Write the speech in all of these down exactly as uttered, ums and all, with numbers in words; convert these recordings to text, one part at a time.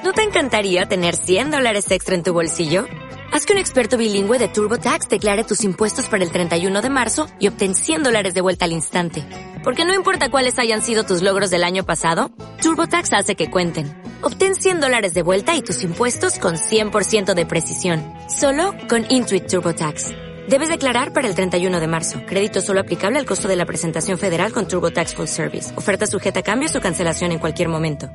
¿No te encantaría tener cien dólares extra en tu bolsillo? Haz que un experto bilingüe de TurboTax declare tus impuestos para el treinta y uno de marzo y obtén cien dólares de vuelta al instante. Porque no importa cuáles hayan sido tus logros del año pasado, TurboTax hace que cuenten. Obtén cien dólares de vuelta y tus impuestos con cien por ciento de precisión. Solo con Intuit TurboTax. Debes declarar para el treinta y uno de marzo. Crédito solo aplicable al costo de la presentación federal con TurboTax Full Service. Oferta sujeta a cambios o cancelación en cualquier momento.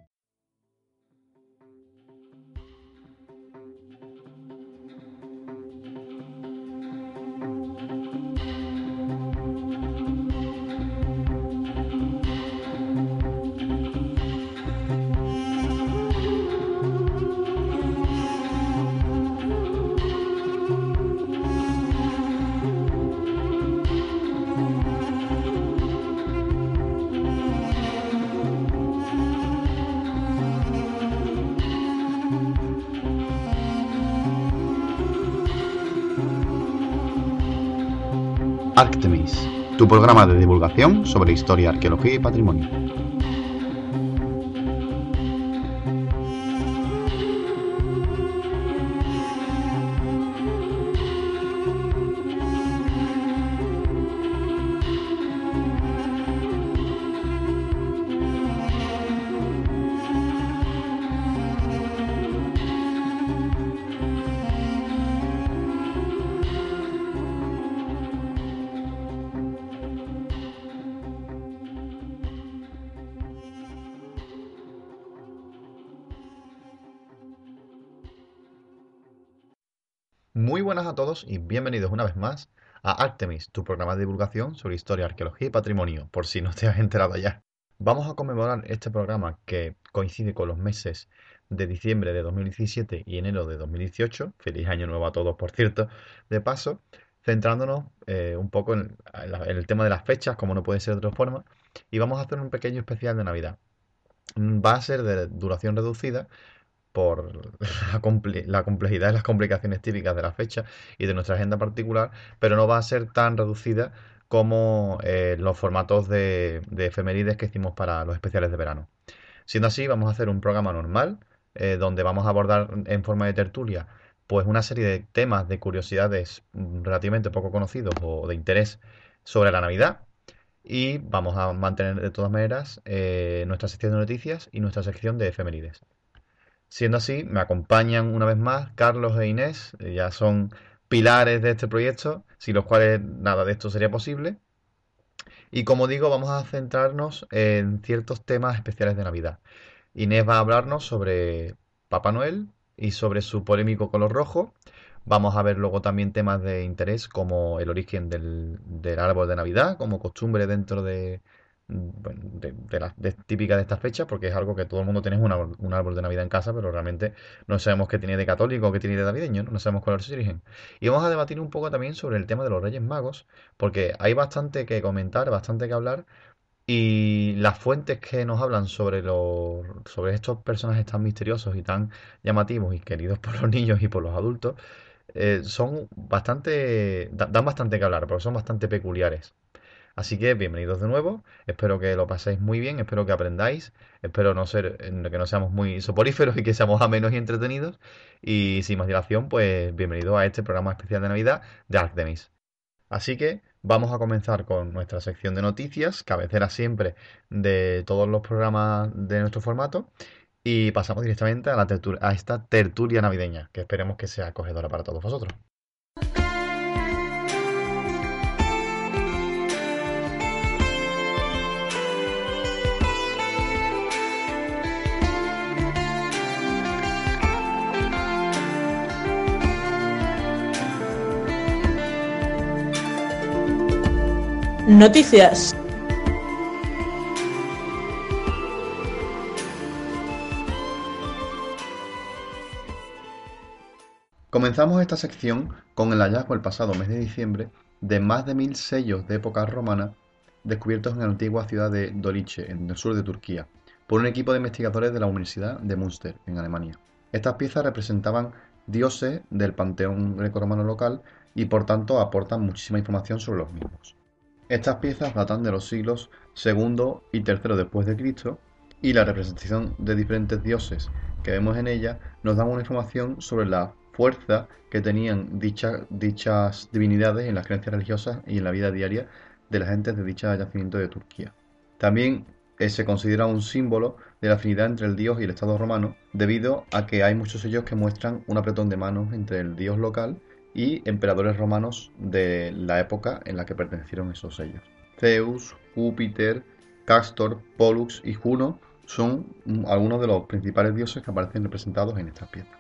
Arctemis, tu programa de divulgación sobre historia, arqueología y patrimonio. Muy buenas a todos y bienvenidos una vez más a Arctemis, tu programa de divulgación sobre historia, arqueología y patrimonio, por si no te has enterado ya. Vamos a conmemorar este programa que coincide con los meses de diciembre de dos mil diecisiete y enero de dos mil dieciocho. Feliz año nuevo a todos, por cierto, de paso, centrándonos eh, un poco en, en, la, en el tema de las fechas, como no puede ser de otra forma, y vamos a hacer un pequeño especial de Navidad. Va a ser de duración reducida, por la, comple la complejidad y las complicaciones típicas de la fecha y de nuestra agenda particular, pero no va a ser tan reducida como eh, los formatos de, de efemérides que hicimos para los especiales de verano. Siendo así, vamos a hacer un programa normal, eh, donde vamos a abordar en forma de tertulia pues una serie de temas, de curiosidades relativamente poco conocidos o de interés sobre la Navidad. Y vamos a mantener de todas maneras eh, nuestra sección de noticias y nuestra sección de efemérides. Siendo así, me acompañan una vez más Carlos e Inés, eh, ya son pilares de este proyecto, sin los cuales nada de esto sería posible. Y como digo, vamos a centrarnos en ciertos temas especiales de Navidad. Inés va a hablarnos sobre Papá Noel y sobre su polémico color rojo. Vamos a ver luego también temas de interés como el origen del, del árbol de Navidad, como costumbre dentro de, bueno, de, de la de, típica de estas fechas, porque es algo que todo el mundo tiene un árbol, un árbol de Navidad en casa, pero realmente no sabemos qué tiene de católico o qué tiene de navideño, ¿no? No sabemos cuál es su origen. Y vamos a debatir un poco también sobre el tema de los Reyes Magos, porque hay bastante que comentar, bastante que hablar. Y las fuentes que nos hablan sobre los, sobre estos personajes tan misteriosos y tan llamativos y queridos por los niños y por los adultos, eh, son bastante, da- dan bastante que hablar, porque son bastante peculiares. Así que bienvenidos de nuevo, espero que lo paséis muy bien, espero que aprendáis, espero no ser, eh, que no seamos muy soporíferos y que seamos amenos y entretenidos. Y sin más dilación, pues bienvenido a este programa especial de Navidad de Arctemis. Así que vamos a comenzar con nuestra sección de noticias, cabecera siempre de todos los programas de nuestro formato, y pasamos directamente a, la tertu- a esta tertulia navideña, que esperemos que sea acogedora para todos vosotros. Noticias. Comenzamos esta sección con el hallazgo el pasado mes de diciembre de más de mil sellos de época romana descubiertos en la antigua ciudad de Dolice, en el sur de Turquía, por un equipo de investigadores de la Universidad de Münster, en Alemania. Estas piezas representaban dioses del panteón grecorromano local y por tanto aportan muchísima información sobre los mismos. Estas piezas datan de los siglos segundo y tercero después de Cristo y la representación de diferentes dioses que vemos en ella nos dan una información sobre la fuerza que tenían dicha, dichas divinidades en las creencias religiosas y en la vida diaria de la gente de dicho yacimiento de Turquía. También eh, se considera un símbolo de la afinidad entre el dios y el Estado romano, debido a que hay muchos sellos que muestran un apretón de manos entre el dios local y emperadores romanos de la época en la que pertenecieron esos sellos. Zeus, Júpiter, Castor, Pollux y Juno son algunos de los principales dioses que aparecen representados en estas piezas.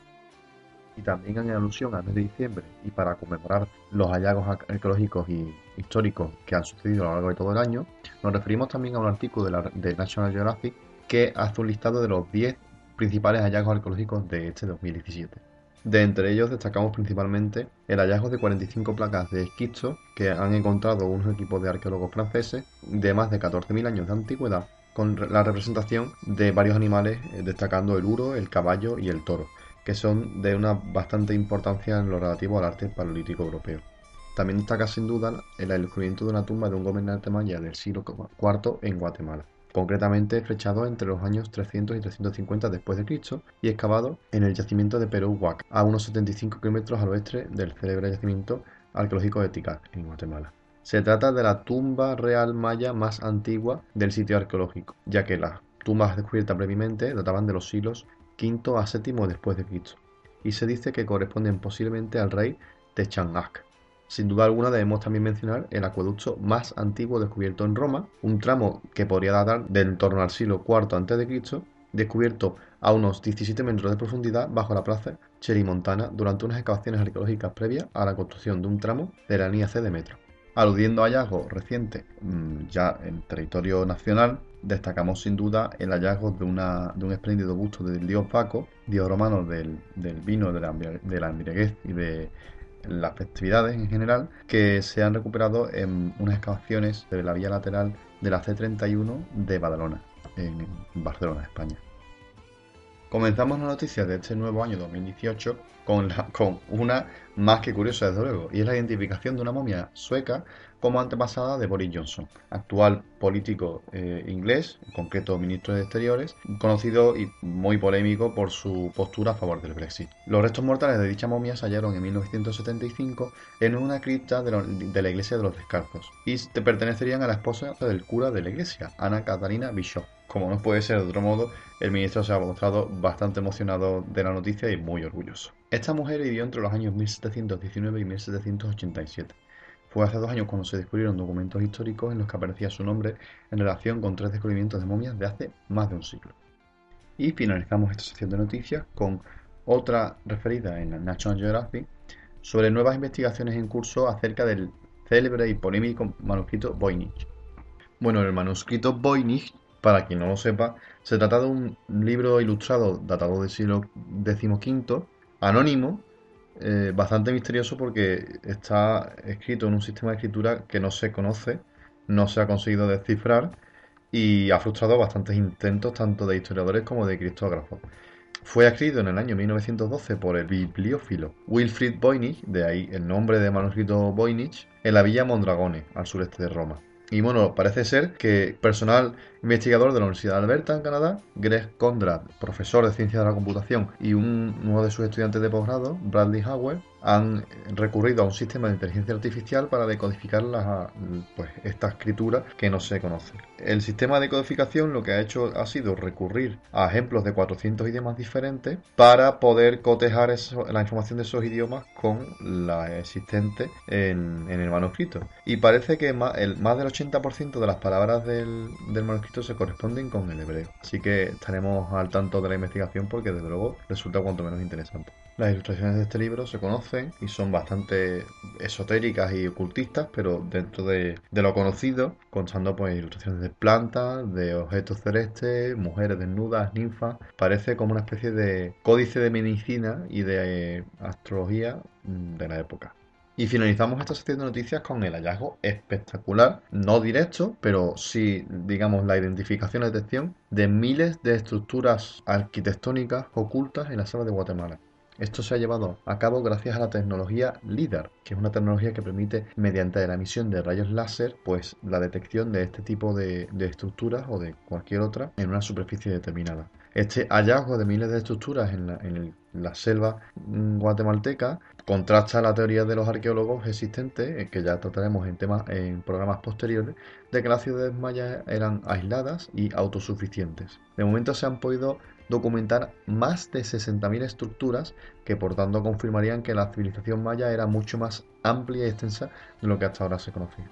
Y también en alusión al mes de diciembre y para conmemorar los hallazgos arqueológicos y históricos que han sucedido a lo largo de todo el año, nos referimos también a un artículo de, la, de National Geographic que hace un listado de los diez principales hallazgos arqueológicos de este dos mil diecisiete. De entre ellos destacamos principalmente el hallazgo de cuarenta y cinco placas de esquisto que han encontrado unos equipos de arqueólogos franceses de más de catorce mil años de antigüedad, con la representación de varios animales, destacando el uro, el caballo y el toro, que son de una bastante importancia en lo relativo al arte paleolítico europeo. También destaca sin duda el descubrimiento de una tumba de un gobernante maya del siglo cuarto en Guatemala, concretamente flechado entre los años trescientos y trescientos cincuenta después de Cristo y excavado en el yacimiento de Perú Huaca, a unos setenta y cinco kilómetros al oeste del célebre yacimiento arqueológico de Tikal, en Guatemala. Se trata de la tumba real maya más antigua del sitio arqueológico, ya que las tumbas descubiertas previamente databan de los siglos quinto a séptimo después de Cristo, y se dice que corresponden posiblemente al rey Techanac. Sin duda alguna debemos también mencionar el acueducto más antiguo descubierto en Roma, un tramo que podría datar de en torno al siglo cuarto antes de Cristo, descubierto a unos diecisiete metros de profundidad bajo la plaza Cherimontana durante unas excavaciones arqueológicas previas a la construcción de un tramo de la línea C de metro. Aludiendo a hallazgos recientes ya en territorio nacional, destacamos sin duda el hallazgo de, una, de un espléndido busto del dios Baco, dios romano del, del vino, de la, de la embriaguez y de las festividades en general, que se han recuperado en unas excavaciones de la vía lateral de la C treinta y uno de Badalona, en Barcelona, España. Comenzamos la noticia de este nuevo año dos mil dieciocho con, la, con una más que curiosa desde luego, y es la identificación de una momia sueca como antepasada de Boris Johnson, actual político eh, inglés, en concreto ministro de Exteriores, conocido y muy polémico por su postura a favor del Brexit. Los restos mortales de dicha momia se hallaron en mil novecientos setenta y cinco en una cripta de, lo, de la iglesia de los Descalzos y pertenecerían a la esposa del cura de la iglesia, Ana Catalina Bishop. Como no puede ser de otro modo, el ministro se ha mostrado bastante emocionado de la noticia y muy orgulloso. Esta mujer vivió entre los años mil setecientos diecinueve y mil setecientos ochenta y siete. Fue hace dos años cuando se descubrieron documentos históricos en los que aparecía su nombre en relación con tres descubrimientos de momias de hace más de un siglo. Y finalizamos esta sección de noticias con otra referida en la National Geographic sobre nuevas investigaciones en curso acerca del célebre y polémico manuscrito Voynich. Bueno, el manuscrito Voynich, para quien no lo sepa, se trata de un libro ilustrado datado del siglo decimoquinto, anónimo, eh, bastante misterioso porque está escrito en un sistema de escritura que no se conoce, no se ha conseguido descifrar y ha frustrado bastantes intentos tanto de historiadores como de criptógrafos. Fue escrito en el año mil novecientos doce por el bibliófilo Wilfrid Voynich, de ahí el nombre de manuscrito Voynich, en la villa Mondragone, al sureste de Roma. Y bueno, parece ser que personal investigador de la Universidad de Alberta, en Canadá, Greg Conrad, profesor de Ciencias de la Computación, y un, uno de sus estudiantes de posgrado, Bradley Howell, han recurrido a un sistema de inteligencia artificial para decodificar la, pues, esta escritura que no se conoce. El sistema de codificación lo que ha hecho ha sido recurrir a ejemplos de cuatrocientos idiomas diferentes para poder cotejar eso, la información de esos idiomas con la existente en, en el manuscrito. Y parece que más, el, más del ochenta por ciento de las palabras del, del manuscrito se corresponden con el hebreo. Así que estaremos al tanto de la investigación porque desde luego resulta cuanto menos interesante. Las ilustraciones de este libro se conocen y son bastante esotéricas y ocultistas, pero dentro de, de lo conocido, constando pues ilustraciones de plantas, de objetos celestes, mujeres desnudas, ninfas. Parece como una especie de códice de medicina y de astrología de la época. Y finalizamos esta sección de noticias con el hallazgo espectacular, no directo, pero sí, digamos, la identificación y detección de miles de estructuras arquitectónicas ocultas en la selva de Guatemala. Esto se ha llevado a cabo gracias a la tecnología LIDAR, que es una tecnología que permite, mediante la emisión de rayos láser, pues la detección de este tipo de, de estructuras o de cualquier otra en una superficie determinada. Este hallazgo de miles de estructuras en la, en el- la selva mm, guatemalteca contrasta la teoría de los arqueólogos existentes, eh, que ya trataremos en temas en programas posteriores, de que las ciudades mayas eran aisladas y autosuficientes. De momento se han podido documentar más de sesenta mil estructuras que por tanto confirmarían que la civilización maya era mucho más amplia y extensa de lo que hasta ahora se conocía.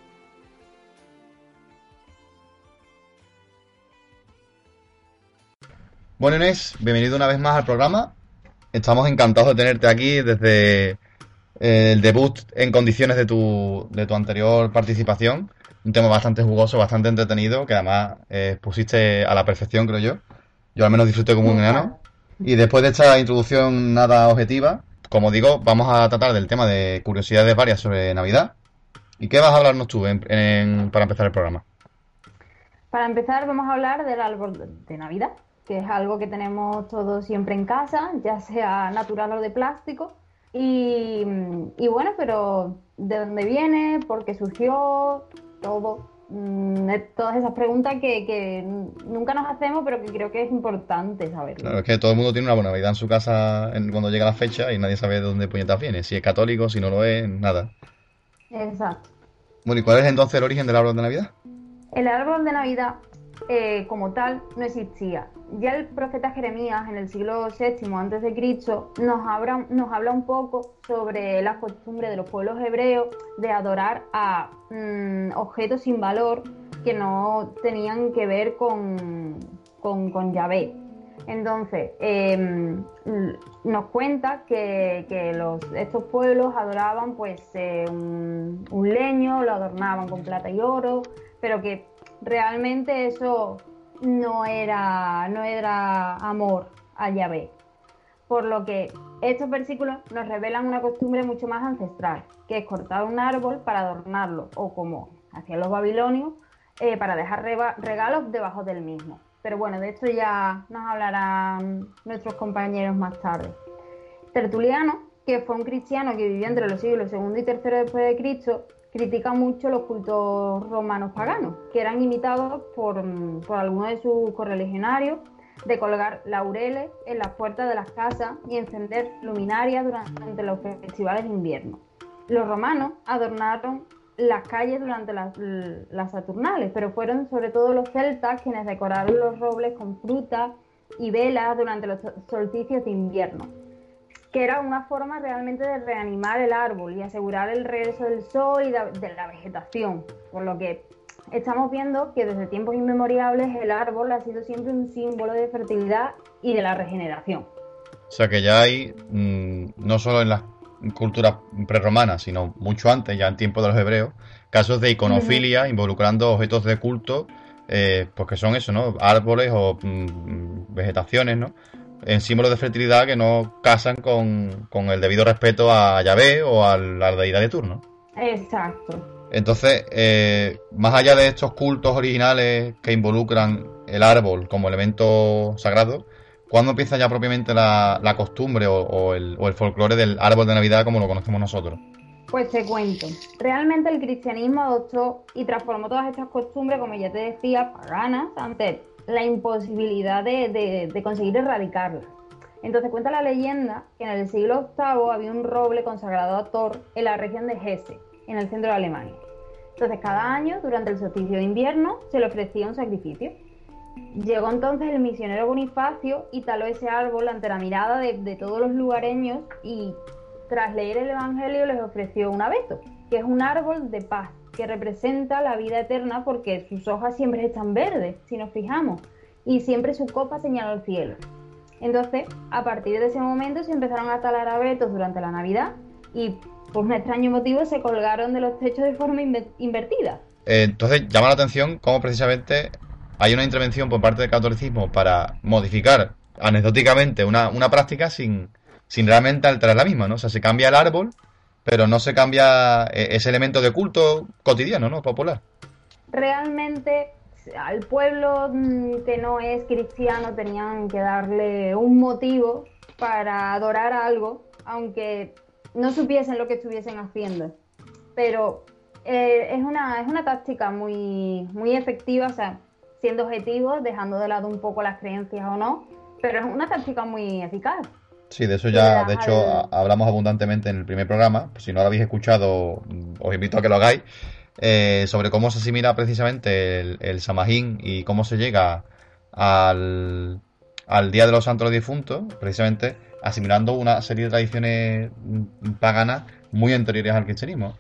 Bueno, Inés, bienvenido una vez más al programa. Estamos encantados de tenerte aquí desde eh, el debut en condiciones de tu, de tu anterior participación. Un tema bastante jugoso, bastante entretenido, que además eh, pusiste a la perfección, creo yo. Yo al menos disfruté como un Muchas. enano. Y después de esta introducción nada objetiva, como digo, vamos a tratar del tema de curiosidades varias sobre Navidad. ¿Y qué vas a hablarnos tú en- en- para empezar el programa? Para empezar, vamos a hablar del árbol de de Navidad, que es algo que tenemos todos siempre en casa, ya sea natural o de plástico. Y, y bueno, pero ¿de dónde viene? ¿Por qué surgió? Todo. Mm, eh, Todas esas preguntas que, que nunca nos hacemos, pero que creo que es importante saberlo. Claro, es que todo el mundo tiene una buena Navidad en su casa en- cuando llega la fecha y nadie sabe de dónde puñetas viene. Si es católico, si no lo es, nada. Exacto. Bueno, ¿y cuál es entonces el origen del árbol de Navidad? El árbol de Navidad, eh, como tal, no existía. Ya el profeta Jeremías, en el siglo séptimo antes de Cristo, nos habla, nos habla un poco sobre las costumbres de los pueblos hebreos de adorar a mm, objetos sin valor que no tenían que ver con, con, con Yahvé. Entonces, eh, nos cuenta que, que los, estos pueblos adoraban pues eh, un, un leño, lo adornaban con plata y oro, pero que realmente eso no era, no era amor a Yahvé. Por lo que estos versículos nos revelan una costumbre mucho más ancestral, que es cortar un árbol para adornarlo, o como hacían los babilonios, eh, para dejar reba- regalos debajo del mismo. Pero bueno, de esto ya nos hablarán nuestros compañeros más tarde. Tertuliano, que fue un cristiano que vivió entre los siglos segundo y tercero después de Cristo, critica mucho los cultos romanos paganos, que eran imitados por, por algunos de sus correligionarios, de colgar laureles en las puertas de las casas y encender luminarias durante los festivales de invierno. Los romanos adornaron las calles durante las, las Saturnales, pero fueron sobre todo los celtas quienes decoraron los robles con frutas y velas durante los solsticios de invierno, que era una forma realmente de reanimar el árbol y asegurar el regreso del sol y de, de la vegetación, por lo que estamos viendo que desde tiempos inmemoriales el árbol ha sido siempre un símbolo de fertilidad y de la regeneración. O sea que ya hay, mmm, no solo en las culturas prerromanas, sino mucho antes, ya en tiempos de los hebreos, casos de iconofilia uh-huh. involucrando objetos de culto, eh, pues que son eso, ¿no? Árboles o mmm, vegetaciones, ¿no? En símbolos de fertilidad que no casan con, con el debido respeto a Yahvé o a la deidad de turno. Exacto. Entonces, eh, más allá de estos cultos originales que involucran el árbol como elemento sagrado, ¿cuándo empieza ya propiamente la, la costumbre o, o, el, o el folclore del árbol de Navidad como lo conocemos nosotros? Pues te cuento. Realmente el cristianismo adoptó y transformó todas estas costumbres, como ya te decía, paganas, ante la imposibilidad de, de, de conseguir erradicarlas. Entonces cuenta la leyenda que en el siglo octavo había un roble consagrado a Thor en la región de Hesse, en el centro de Alemania. Entonces cada año, durante el solsticio de invierno, se le ofrecía un sacrificio. Llegó entonces el misionero Bonifacio y taló ese árbol ante la mirada de, de todos los lugareños y tras leer el evangelio les ofreció un abeto, que es un árbol de paz, que representa la vida eterna porque sus hojas siempre están verdes, si nos fijamos, y siempre su copa señala al cielo. Entonces, a partir de ese momento se empezaron a talar abetos durante la Navidad y por un extraño motivo se colgaron de los techos de forma invertida. Eh, entonces llama la atención cómo precisamente hay una intervención por parte del catolicismo para modificar anecdóticamente una, una práctica sin, sin realmente alterar la misma, ¿no? O sea, se cambia el árbol, pero no se cambia ese elemento de culto cotidiano, ¿no? Popular. Realmente al pueblo que no es cristiano tenían que darle un motivo para adorar algo, aunque no supiesen lo que estuviesen haciendo. Pero eh, es, una, es una táctica muy, muy efectiva, o sea, siendo objetivos, dejando de lado un poco las creencias o no, pero es una táctica muy eficaz. Sí, de eso Que le ya, das de hecho, a- al... hablamos abundantemente en el primer programa. Pues si no lo habéis escuchado, mm, os invito a que lo hagáis. Eh, sobre cómo se asimila precisamente el, el Samhain y cómo se llega al, al Día de los Santos Difuntos, precisamente asimilando una serie de tradiciones mm, paganas muy anteriores al cristianismo.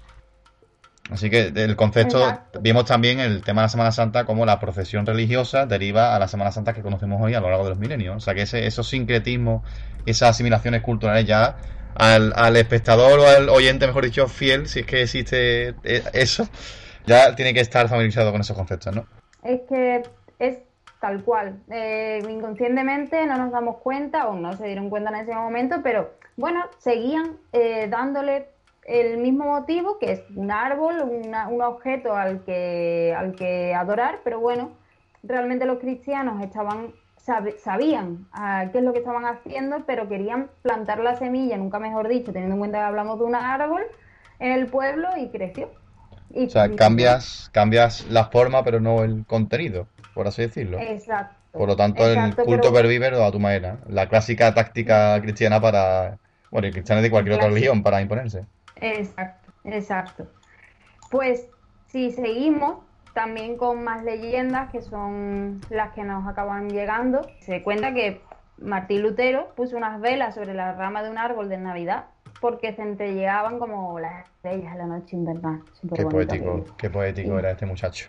Así que el concepto, Exacto, vimos también el tema de la Semana Santa como la procesión religiosa deriva a la Semana Santa que conocemos hoy a lo largo de los milenios. O sea que ese, esos sincretismos, esas asimilaciones culturales ya al, al espectador o al oyente, mejor dicho, fiel, si es que existe eh, eso, ya tiene que estar familiarizado con esos conceptos, ¿no? es que es tal cual. Eh, inconscientemente no nos damos cuenta o no se dieron cuenta en ese momento, pero bueno, seguían eh, dándole el mismo motivo, que es un árbol, una- un objeto al que, al que adorar, pero bueno, realmente los cristianos estaban, sab- sabían ah, qué es lo que estaban haciendo, pero querían plantar la semilla, nunca mejor dicho, teniendo en cuenta que hablamos de un árbol, en el pueblo y creció. Y, O sea, y funcionó. cambias, cambias la forma pero no el contenido, por así decirlo. Por Exacto, lo tanto, el exacto, culto pero pervive a tu manera. La clásica táctica cristiana para, bueno, y cristiana de un cualquier otra clásico. religión para imponerse. Exacto, exacto. Pues si seguimos también con más leyendas que son las que nos acaban llegando, se cuenta que Martín Lutero puso unas velas sobre la rama de un árbol de Navidad porque centelleaban como las estrellas en la noche invernal. Súper Qué bonito aquello. poético, qué poético Y era este muchacho.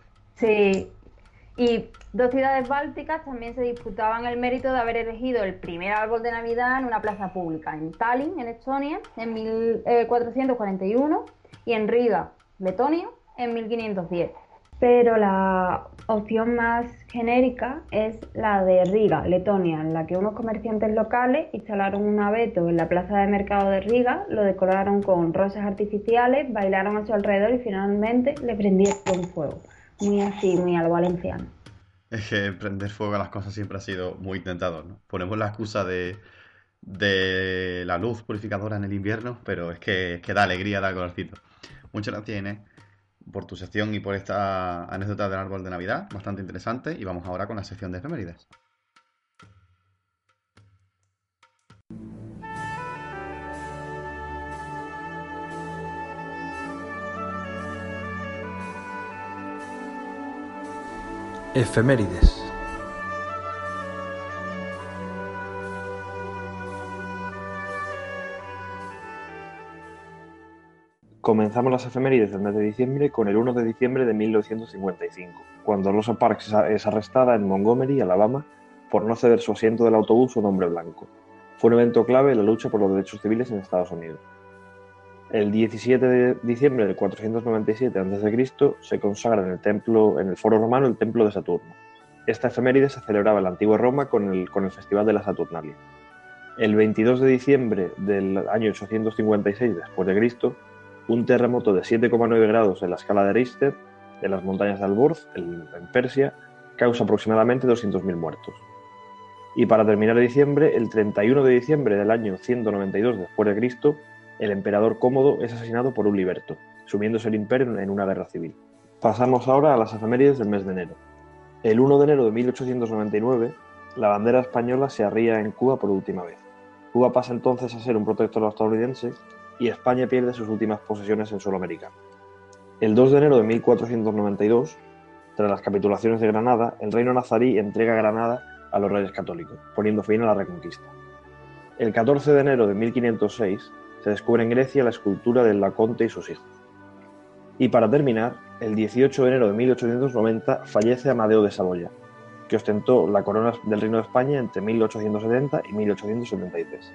sí, y dos ciudades bálticas también se disputaban el mérito de haber elegido el primer árbol de Navidad en una plaza pública, en Tallinn, en Estonia, en mil cuatrocientos cuarenta y uno, y en Riga, Letonia, en mil quinientos diez. Pero la opción más genérica es la de Riga, Letonia, en la que unos comerciantes locales instalaron un abeto en la plaza de mercado de Riga, lo decoraron con rosas artificiales, bailaron a su alrededor y finalmente le prendieron fuego. Muy así, muy a lo valenciano. Es que prender fuego a las cosas siempre ha sido muy tentador, ¿no? Ponemos la excusa de, de la luz purificadora en el invierno, pero es que, es que da alegría, da colorcito. Muchas gracias, Inés, por tu sección y por esta anécdota del árbol de Navidad, bastante interesante. Y vamos ahora con la sección de efemérides. Efemérides. Comenzamos las efemérides del mes de diciembre con el uno de diciembre de mil novecientos cincuenta y cinco, cuando Rosa Parks es arrestada en Montgomery, Alabama, por no ceder su asiento del autobús a un hombre blanco. Fue un evento clave en la lucha por los derechos civiles en Estados Unidos. El diecisiete de diciembre del cuatrocientos noventa y siete antes de Cristo se consagra en el, templo, en el Foro Romano el Templo de Saturno. Esta efeméride se celebraba en la antigua Roma con el, con el Festival de la Saturnalia. El veintidós de diciembre del año ochocientos cincuenta y seis después de Cristo, un terremoto de siete coma nueve grados en la escala de Richter, en las montañas de Alborz, en, en Persia, causa aproximadamente doscientos mil muertos. Y para terminar diciembre, el treinta y uno de diciembre del año ciento noventa y dos después de Cristo, el emperador Cómodo es asesinado por un liberto, sumiéndose el imperio en una guerra civil. Pasamos ahora a las efemérides del mes de enero. El uno de enero de mil ochocientos noventa y nueve, la bandera española se arría en Cuba por última vez. Cuba pasa entonces a ser un protectorado estadounidense y España pierde sus últimas posesiones en suelo americano. El dos de enero de mil cuatrocientos noventa y dos, tras las capitulaciones de Granada, el reino nazarí entrega Granada a los reyes católicos, poniendo fin a la Reconquista. El catorce de enero de mil quinientos seis se descubre en Grecia la escultura del Laconte y sus hijos. Y para terminar, el dieciocho de enero de mil ochocientos noventa fallece Amadeo de Saboya, que ostentó la corona del Reino de España entre mil ochocientos setenta y mil ochocientos setenta y tres.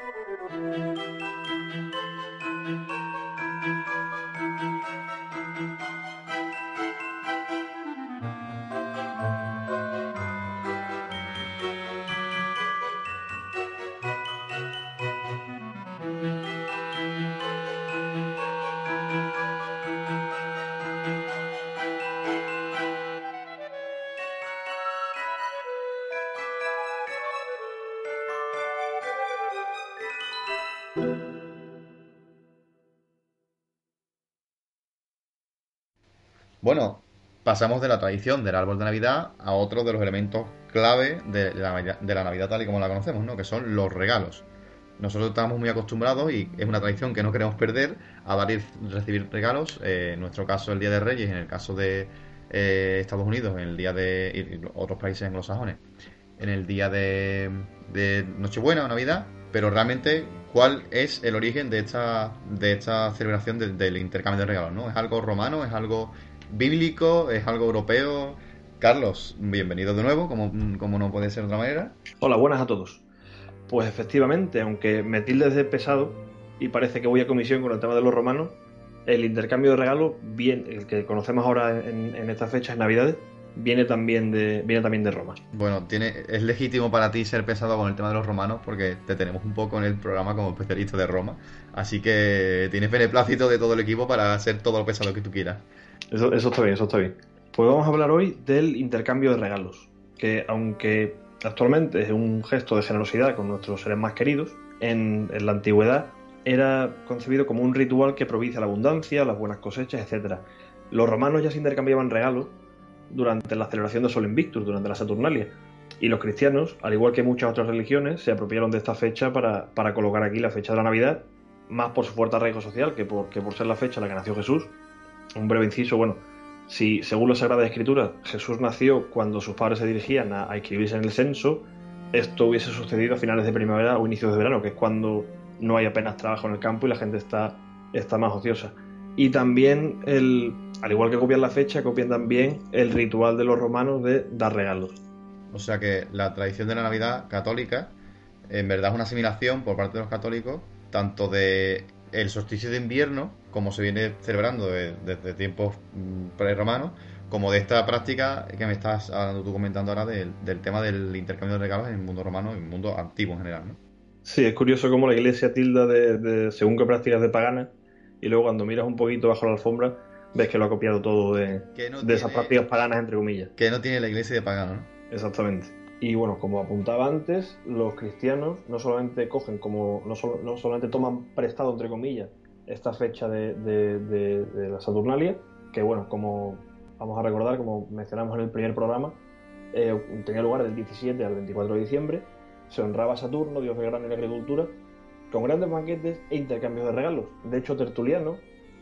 Bueno, pasamos de la tradición del árbol de Navidad a otro de los elementos clave de la, Navidad- de la Navidad tal y como la conocemos, ¿no? Que son los regalos. Nosotros estamos muy acostumbrados y es una tradición que no queremos perder a dar y recibir regalos. Eh, en nuestro caso el Día de Reyes, en el caso de eh, Estados Unidos, en el día de y otros países anglosajones, en el día de, de Nochebuena o Navidad. Pero realmente, ¿cuál es el origen de esta de esta celebración de- del intercambio de regalos? ¿No? ¿Es algo romano? ¿Es algo bíblico? ¿Es algo europeo? Carlos, bienvenido de nuevo, como, como no puede ser de otra manera. Hola, buenas a todos. Pues efectivamente, aunque me tildes de pesado y parece que voy a comisión con el tema de los romanos, el intercambio de regalos, bien, el que conocemos ahora en, en estas fechas, Navidades, viene también de, viene también de Roma. Bueno, tiene, es legítimo para ti ser pesado con el tema de los romanos porque te tenemos un poco en el programa como especialista de Roma. Así que tienes beneplácito de todo el equipo para hacer todo lo pesado que tú quieras. Eso, eso está bien, eso está bien. Pues vamos a hablar hoy del intercambio de regalos, que aunque actualmente es un gesto de generosidad con nuestros seres más queridos, en, en la antigüedad era concebido como un ritual que propicia la abundancia, las buenas cosechas, etcétera. Los romanos ya se intercambiaban regalos durante la celebración de Sol Invictus, durante la Saturnalia, y los cristianos, al igual que muchas otras religiones, se apropiaron de esta fecha para, para colocar aquí la fecha de la Navidad, más por su fuerte arraigo social que por, que por ser la fecha en la que nació Jesús. Un breve inciso, bueno, si según la Sagrada Escritura Jesús nació cuando sus padres se dirigían a, a inscribirse en el censo, esto hubiese sucedido a finales de primavera o inicios de verano, que es cuando no hay apenas trabajo en el campo y la gente está, está más ociosa. Y también, el, al igual que copian la fecha, copian también el ritual de los romanos de dar regalos. O sea que la tradición de la Navidad católica en verdad es una asimilación por parte de los católicos tanto de el solsticio de invierno, como se viene celebrando de- desde tiempos mm, prerromanos, como de esta práctica que me estás hablando tú comentando ahora del, del tema del intercambio de regalos en el mundo romano y en el mundo antiguo en general, ¿no? Sí, es curioso cómo la iglesia tilda de, de según qué prácticas de paganas, y luego cuando miras un poquito bajo la alfombra, ves que lo ha copiado todo de, Que no de esas tiene- prácticas paganas, entre comillas. Que no tiene la iglesia de pagano, ¿no? Exactamente. Y bueno, como apuntaba antes, los cristianos no solamente cogen como, no, solo- no solamente toman prestado, entre comillas, esta fecha de, de- de- de la Saturnalia, que bueno, como vamos a recordar, como mencionamos en el primer programa, eh, tenía lugar del diecisiete al veinticuatro de diciembre, se honraba a Saturno, dios del grano y la agricultura, con grandes banquetes e intercambios de regalos. De hecho, Tertuliano,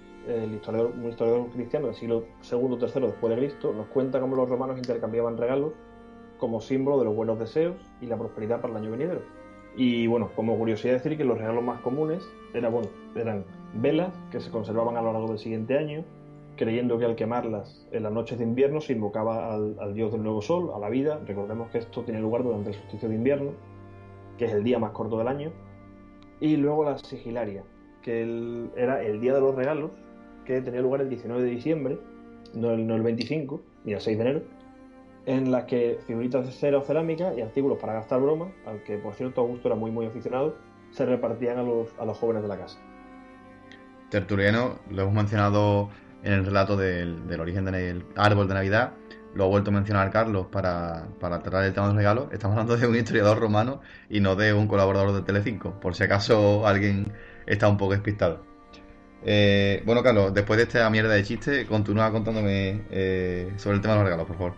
el historiador, un historiador cristiano del siglo segundo o tercero después de Cristo, nos cuenta cómo los romanos intercambiaban regalos como símbolo de los buenos deseos y la prosperidad para el año venidero. Y bueno, como curiosidad decir que los regalos más comunes eran, bueno, eran velas que se conservaban a lo largo del siguiente año, creyendo que al quemarlas en las noches de invierno se invocaba al, al dios del nuevo sol, a la vida. Recordemos que esto tiene lugar durante el solsticio de invierno, que es el día más corto del año. Y luego la sigilaria, que el- era el día de los regalos, que tenía lugar el diecinueve de diciembre, no el, no el veinticinco, ni el seis de enero, en la que figuritas de cera o cerámica y artículos para gastar broma, al que por cierto Augusto era muy muy aficionado, se repartían a los, a los jóvenes de la casa. Tertuliano, lo hemos mencionado en el relato del, del origen del árbol de Navidad, lo ha vuelto a mencionar Carlos para, para tratar el tema de los regalos. Estamos hablando de un historiador romano y no de un colaborador de Telecinco, por si acaso alguien está un poco despistado. Eh, bueno, Carlos, después de esta mierda de chiste, continúa contándome eh, sobre el tema de los regalos, por favor.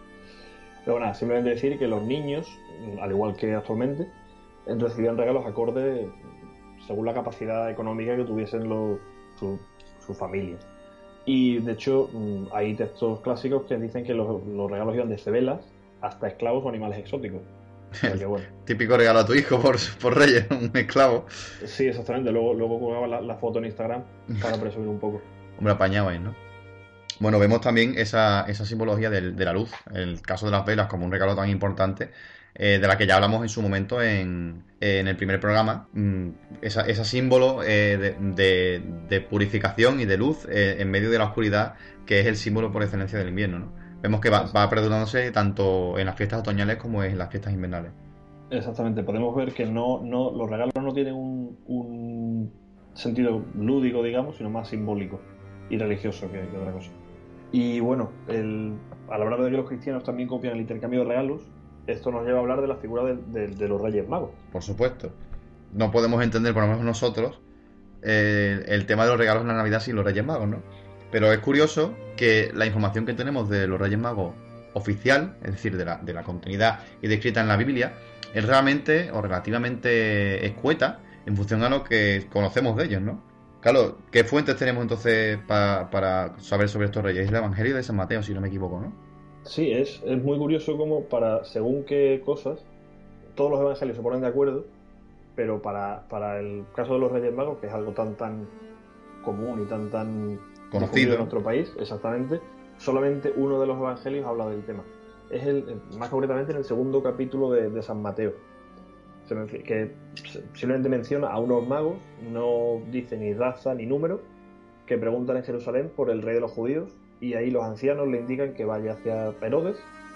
Pero nada, simplemente decir que los niños, al igual que actualmente, recibían regalos acorde según la capacidad económica que tuviesen los, su, su familia. Y de hecho mm, hay textos clásicos que dicen que los, los regalos iban desde velas hasta esclavos o animales exóticos. O sea que, bueno, Típico regalo a tu hijo por, por Reyes, un esclavo. sí, exactamente. Luego, luego colgaba la, la foto en Instagram para presumir un poco. Hombre, apañado ahí, ¿no? Bueno, vemos también esa, esa simbología del- de la luz, el caso de las velas como un regalo tan importante, eh, de la que ya hablamos en su momento en, en el primer programa. Mm, esa, ese símbolo eh, de, de- de purificación y de luz eh, en medio de la oscuridad, que es el símbolo por excelencia del invierno, ¿no? Vemos que va, va perdurándose tanto en las fiestas otoñales como en las fiestas invernales. Exactamente, podemos ver que no, no, los regalos no tienen un, un sentido lúdico, digamos, sino más simbólico y religioso que, que otra cosa. Y bueno, el, al hablar de que los cristianos también copian el intercambio de regalos, esto nos lleva a hablar de la figura de, de- de los Reyes Magos. Por supuesto. No podemos entender, por lo menos nosotros, eh, el tema de los regalos en la Navidad sin los Reyes Magos, ¿no? Pero es curioso que la información que tenemos de los Reyes Magos oficial, es decir, de la, de la contenida y descrita en la Biblia, es realmente o relativamente escueta en función a lo que conocemos de ellos, ¿no? Claro, ¿qué fuentes tenemos entonces pa- para saber sobre estos reyes? Es el Evangelio de San Mateo, si no me equivoco, ¿no? Sí, es, es muy curioso cómo para según qué cosas todos los evangelios se ponen de acuerdo, pero para, para el caso de los Reyes Magos, que es algo tan tan común y tan tan Conocido. difundido en nuestro país, exactamente, solamente uno de los evangelios habla del tema. Es el, más concretamente en el segundo capítulo de, de San Mateo, se menc- que se- simplemente menciona a unos magos, no dice ni raza ni número, que preguntan en Jerusalén por el rey de los judíos, y ahí los ancianos le indican que vaya hacia Herodes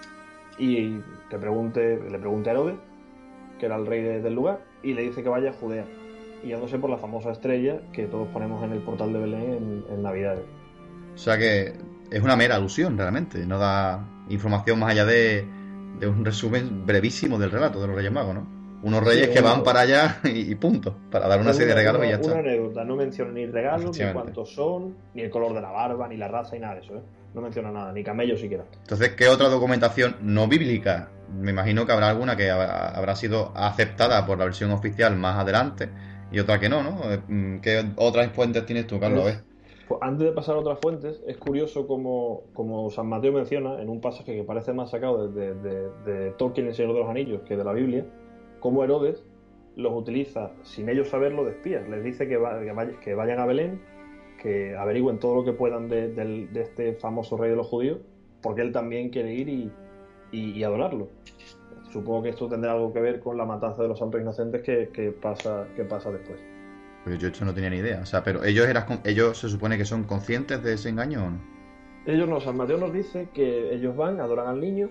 y que pregunte, le pregunte a Herodes, que era el rey de- del lugar, y le dice que vaya a Judea, guiándose por la famosa estrella que todos ponemos en el portal de Belén en, en Navidades. O sea que es una mera alusión, realmente. No da información más allá de, de un resumen brevísimo del relato de los Reyes Magos, ¿no? Unos reyes Sí, que una- van para allá y, y punto, para dar una Es serie de regalos una, y ya una está. anécdota, no menciona ni regalos, ni Efectivamente. cuántos son, ni el color de la barba, ni la raza, ni nada de eso, ¿eh? No menciona nada, ni camello siquiera. Entonces, ¿qué otra documentación no bíblica? Me imagino que habrá alguna que habrá, habrá sido aceptada por la versión oficial más adelante y otra que no, ¿no? Eh, mm, ¿Qué otras fuentes tienes tú, Carlos? A ver. Pues antes de pasar a otras fuentes, es curioso como, como San Mateo menciona en un pasaje que parece más sacado de, de, de, de Tolkien, El Señor de los Anillos, que de la Biblia, cómo Herodes los utiliza sin ellos saberlo de espías. Les dice que, va- que, vay- que vayan a Belén, que averigüen todo lo que puedan de, del- de este famoso rey de los judíos, porque él también quiere ir y, y- y adorarlo. Supongo que esto tendrá algo que ver con la matanza de los santos inocentes que, que pasa, que pasa después. Pues yo esto no tenía ni idea. O sea, pero ellos eran, con- ellos se supone que son conscientes de ese engaño o no. Ellos no, San Mateo nos dice que ellos van, adoran al niño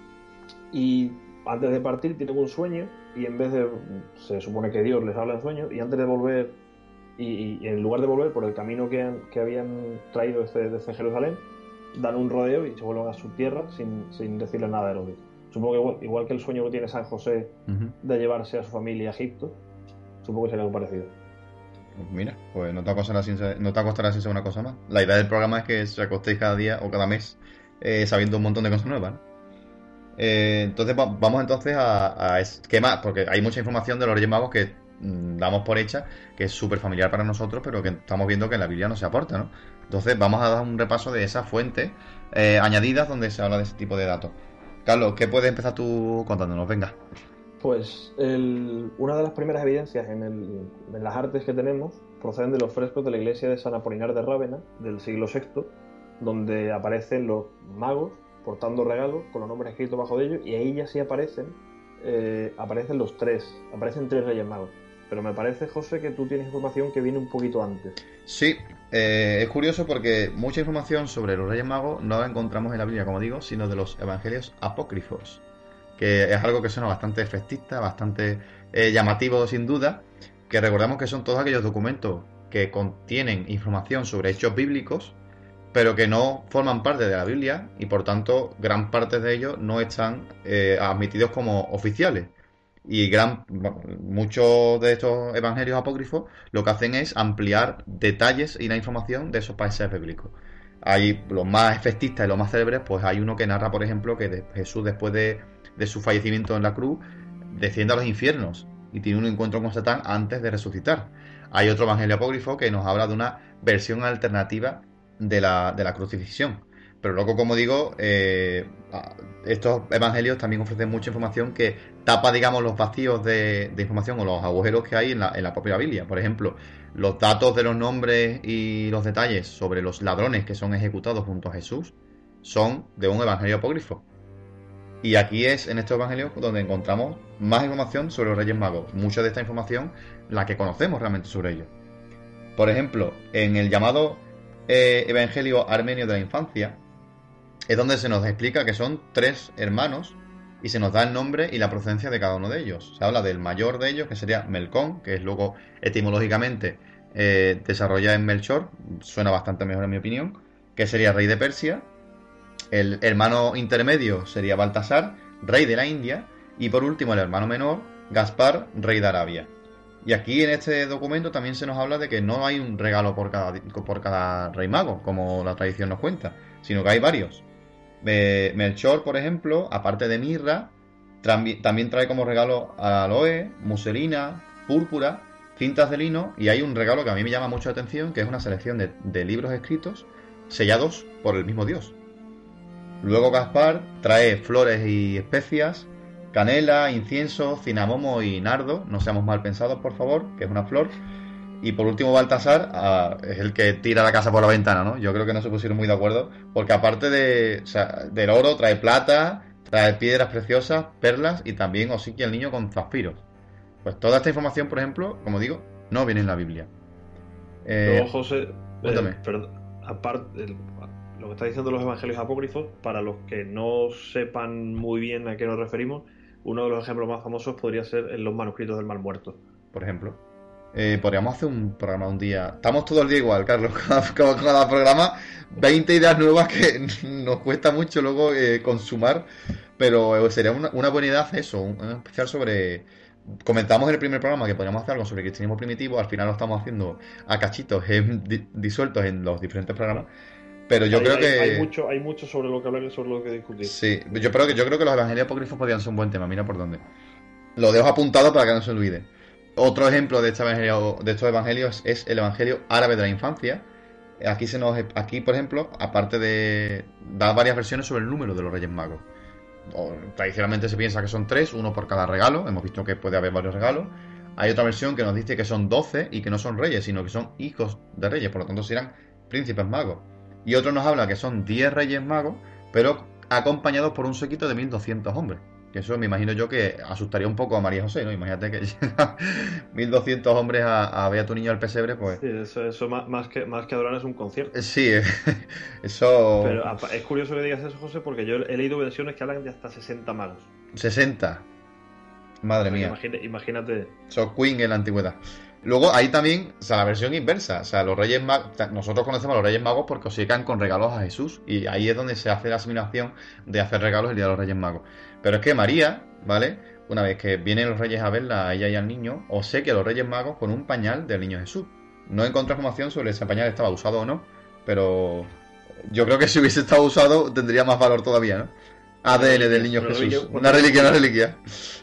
y antes de partir tienen un sueño y en vez de, se supone que Dios les habla en sueños y antes de volver y, y en lugar de volver por el camino que, han- que habían traído desde, desde Jerusalén, dan un rodeo y se vuelven a su tierra sin, sin decirle nada a Herodes. Supongo que igual, igual que el sueño que tiene San José Ujú. de llevarse a su familia a Egipto, supongo que será algo parecido. Pues mira, pues no te acostará sin ser, no te acostará sin ser una cosa más. La idea del programa es que os acostéis cada día o cada mes eh, sabiendo un montón de cosas nuevas, ¿no? Eh, entonces va- vamos entonces a, a es- ¿qué más? Porque hay mucha información de los Reyes Magos que mm, damos por hecha, que es súper familiar para nosotros, pero que estamos viendo que en la Biblia no se aporta, ¿no? Entonces vamos a dar un repaso de esas fuentes eh, añadidas donde se habla de ese tipo de datos. Carlos, ¿qué puedes empezar tú contándonos? Venga. Pues el- una de las primeras evidencias en, el- en las artes que tenemos proceden de los frescos de la iglesia de San Apolinar de Rávena del siglo sexto, donde aparecen los magos portando regalos con los nombres escritos bajo de ellos, y ahí ya sí aparecen, eh, aparecen los tres, aparecen tres reyes magos. Pero me parece, José, que tú tienes información que viene un poquito antes. Sí, eh, es curioso porque mucha información sobre los Reyes Magos no la encontramos en la Biblia, como digo, sino de los evangelios apócrifos, que es algo que suena bastante efectista, bastante eh, llamativo sin duda, que recordamos que son todos aquellos documentos que contienen información sobre hechos bíblicos, pero que no forman parte de la Biblia y por tanto gran parte de ellos no están eh, admitidos como oficiales. Y gran muchos de estos evangelios apócrifos lo que hacen es ampliar detalles y la información de esos países bíblicos. Hay los más efectistas y los más célebres, pues hay uno que narra, por ejemplo, que de- Jesús después de, de su fallecimiento en la cruz desciende a los infiernos y tiene un encuentro con Satán antes de resucitar. Hay otro evangelio apócrifo que nos habla de una versión alternativa de la, de la crucifixión. Pero luego, como digo, eh, estos evangelios también ofrecen mucha información que tapa, digamos, los vacíos de, de información o los agujeros que hay en la, en la propia Biblia. Por ejemplo, los datos de los nombres y los detalles sobre los ladrones que son ejecutados junto a Jesús son de un evangelio apócrifo. Y aquí es en estos evangelios donde encontramos más información sobre los Reyes Magos. Mucha de esta información, la que conocemos realmente sobre ellos. Por ejemplo, en el llamado eh, Evangelio Armenio de la Infancia, es donde se nos explica que son tres hermanos y se nos da el nombre y la procedencia de cada uno de ellos. Se habla del mayor de ellos, que sería Melcón, que es luego etimológicamente eh, desarrolla en Melchor, suena bastante mejor en mi opinión, que sería rey de Persia. El hermano intermedio sería Baltasar, rey de la India, y por último el hermano menor, Gaspar, rey de Arabia. Y aquí en este documento también se nos habla de que no hay un regalo por cada, por cada rey mago, como la tradición nos cuenta, sino que hay varios. Eh, Melchor, por ejemplo, aparte de mirra, también trae como regalo aloe, muselina, púrpura, cintas de lino, y hay un regalo que a mí me llama mucho la atención, que es una selección de, de libros escritos sellados por el mismo Dios. Luego Gaspar trae flores y especias, canela, incienso, cinamomo y nardo, no seamos mal pensados, por favor, que es una flor. Y por último Baltasar uh, es el que tira la casa por la ventana, ¿no? Yo creo que no se pusieron muy de acuerdo, porque aparte de, o sea, del oro trae plata, trae piedras preciosas, perlas y también obsequia al niño con zafiros. Pues toda esta información, por ejemplo, como digo, no viene en la Biblia. Eh, Luego, José, cuéntame. Eh, perdón, aparte, el, lo que está diciendo los evangelios apócrifos, para los que no sepan muy bien a qué nos referimos, uno de los ejemplos más famosos podría ser en los manuscritos del Mar Muerto. Por ejemplo. Eh, podríamos hacer un programa un día. Estamos todo el día igual, Carlos. Cada, cada, cada programa, veinte ideas nuevas que nos cuesta mucho luego eh, consumar. Pero sería una, una buena idea hacer eso. Un, un especial sobre. Comentamos en el primer programa que podríamos hacer algo sobre el cristianismo primitivo. Al final lo estamos haciendo a cachitos eh, di, disueltos en los diferentes programas. Pero yo hay, creo hay, que. Hay mucho, hay mucho sobre lo que hablar y sobre lo que discutir. Sí, yo creo que, yo creo que los evangelios apócrifos podrían ser un buen tema. Mira por dónde. Lo dejo apuntado para que no se olvide. Otro ejemplo de, este evangelio, de estos evangelios es el evangelio árabe de la infancia. Aquí, se nos, aquí, por ejemplo, aparte de dar varias versiones sobre el número de los Reyes Magos. O, tradicionalmente se piensa que son tres, uno por cada regalo. Hemos visto que puede haber varios regalos. Hay otra versión que nos dice que son doce y que no son reyes, sino que son hijos de reyes. Por lo tanto, serán príncipes magos. Y otro nos habla que son diez Reyes Magos, pero acompañados por un séquito de mil doscientos hombres. Que eso me imagino yo que asustaría un poco a María José, ¿no? Imagínate que llegan mil doscientos hombres a, a ver a tu niño al pesebre, pues... Sí, eso, eso más, más, que, más que adorar es un concierto. Sí, eso... Pero es curioso que digas eso, José, porque yo he leído versiones que hablan de hasta sesenta magos. ¿sesenta? Madre mía. Imagínate, imagínate. Son Queen en la antigüedad. Luego hay también, o sea, la versión inversa. O sea, los Reyes Magos, nosotros conocemos a los Reyes Magos porque obsequian con regalos a Jesús. Y ahí es donde se hace la asimilación de hacer regalos el día de los Reyes Magos. Pero es que María, ¿vale? Una vez que vienen los Reyes a verla, a ella y al niño, obsequia a los Reyes Magos con un pañal del niño Jesús. No encontré información sobre si ese pañal estaba usado o no, pero yo creo que si hubiese estado usado tendría más valor todavía, ¿no? A D N del niño Jesús. Una reliquia, una reliquia.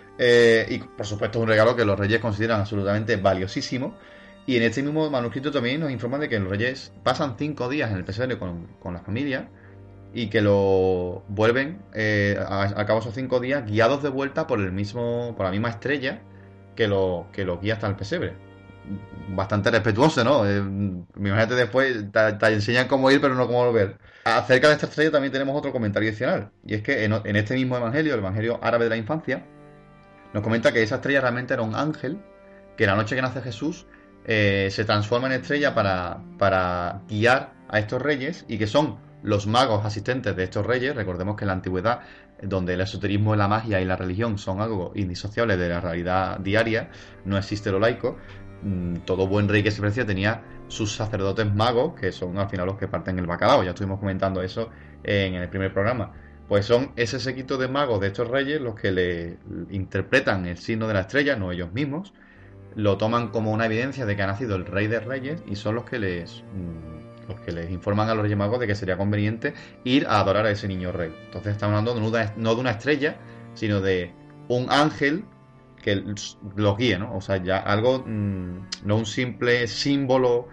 Eh, y por supuesto es un regalo que los reyes consideran absolutamente valiosísimo. Y en este mismo manuscrito también nos informan de que los reyes pasan cinco días en el pesebre con, con la familia y que lo vuelven eh, a, a cabo esos cinco días guiados de vuelta por el mismo por la misma estrella que lo, que lo guía hasta el pesebre. Bastante respetuoso, ¿no? Eh, imagínate después te, te enseñan cómo ir pero no cómo volver. Acerca de esta estrella también tenemos otro comentario adicional, y es que en, en este mismo evangelio, el evangelio árabe de la infancia, nos comenta que esa estrella realmente era un ángel que la noche que nace Jesús eh, se transforma en estrella para, para guiar a estos reyes, y que son los magos asistentes de estos reyes. Recordemos que en la antigüedad, donde el esoterismo, la magia y la religión son algo indisociable de la realidad diaria, no existe lo laico. Todo buen rey que se precia tenía sus sacerdotes magos, que son al final los que parten el bacalao. Ya estuvimos comentando eso en el primer programa. Pues son ese séquito de magos de estos reyes los que le interpretan el signo de la estrella, no ellos mismos. Lo toman como una evidencia de que ha nacido el rey de reyes, y son los que les los que les informan a los reyes magos de que sería conveniente ir a adorar a ese niño rey. Entonces estamos hablando de una, no de una estrella, sino de un ángel que los guíe, ¿no? O sea, ya algo, mmm, no un simple símbolo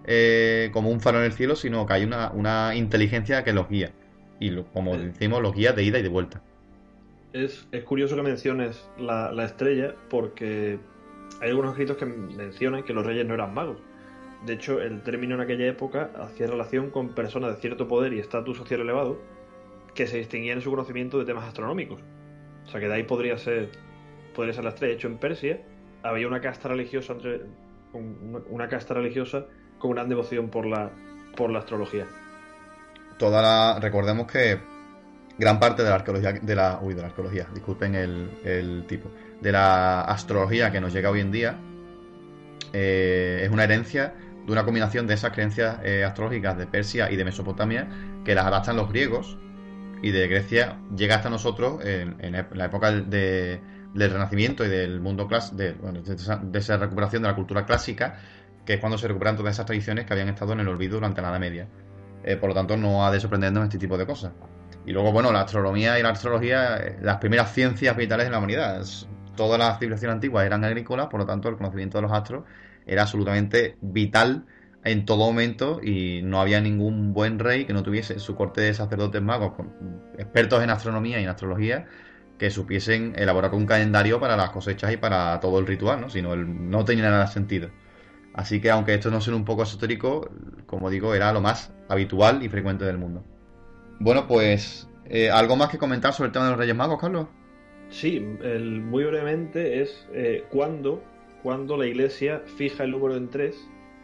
eh, como un faro en el cielo, sino que hay una, una inteligencia que los guía. Y lo, como decimos, los guía de ida y de vuelta. Es, es curioso que menciones la, la estrella, porque hay algunos escritos que mencionan que los reyes no eran magos. De hecho, el término en aquella época hacía relación con personas de cierto poder y estatus social elevado que se distinguían en su conocimiento de temas astronómicos. O sea que de ahí podría ser, podría ser la estrella. De hecho, en Persia había una casta religiosa entre, una, una casta religiosa con gran devoción por la, por la astrología. Toda la, recordemos que gran parte de la arqueología, de la, uy, de la arqueología, disculpen el, el tipo, de la astrología que nos llega hoy en día, eh, es una herencia de una combinación de esas creencias eh, astrológicas de Persia y de Mesopotamia, que las adaptan los griegos, y de Grecia llega hasta nosotros en, en la época de, del Renacimiento y del mundo clásico, de, bueno, de, esa, de esa recuperación de la cultura clásica, que es cuando se recuperan todas esas tradiciones que habían estado en el olvido durante la Edad Media. Eh, por lo tanto, no ha de sorprendernos este tipo de cosas. Y luego, bueno, la astronomía y la astrología, eh, las primeras ciencias vitales de la humanidad. Todas las civilizaciones antiguas eran agrícolas, por lo tanto, el conocimiento de los astros era absolutamente vital en todo momento, y no había ningún buen rey que no tuviese su corte de sacerdotes magos, con, expertos en astronomía y en astrología, que supiesen elaborar un calendario para las cosechas y para todo el ritual, ¿no? Si no, el, no tenía nada de sentido. Así que, aunque esto no sea un poco esotérico, como digo, era lo más habitual y frecuente del mundo. Bueno, pues, eh, ¿algo más que comentar sobre el tema de los Reyes Magos, Carlos? Sí, el, muy brevemente es eh, cuando, cuando la Iglesia fija el número en tres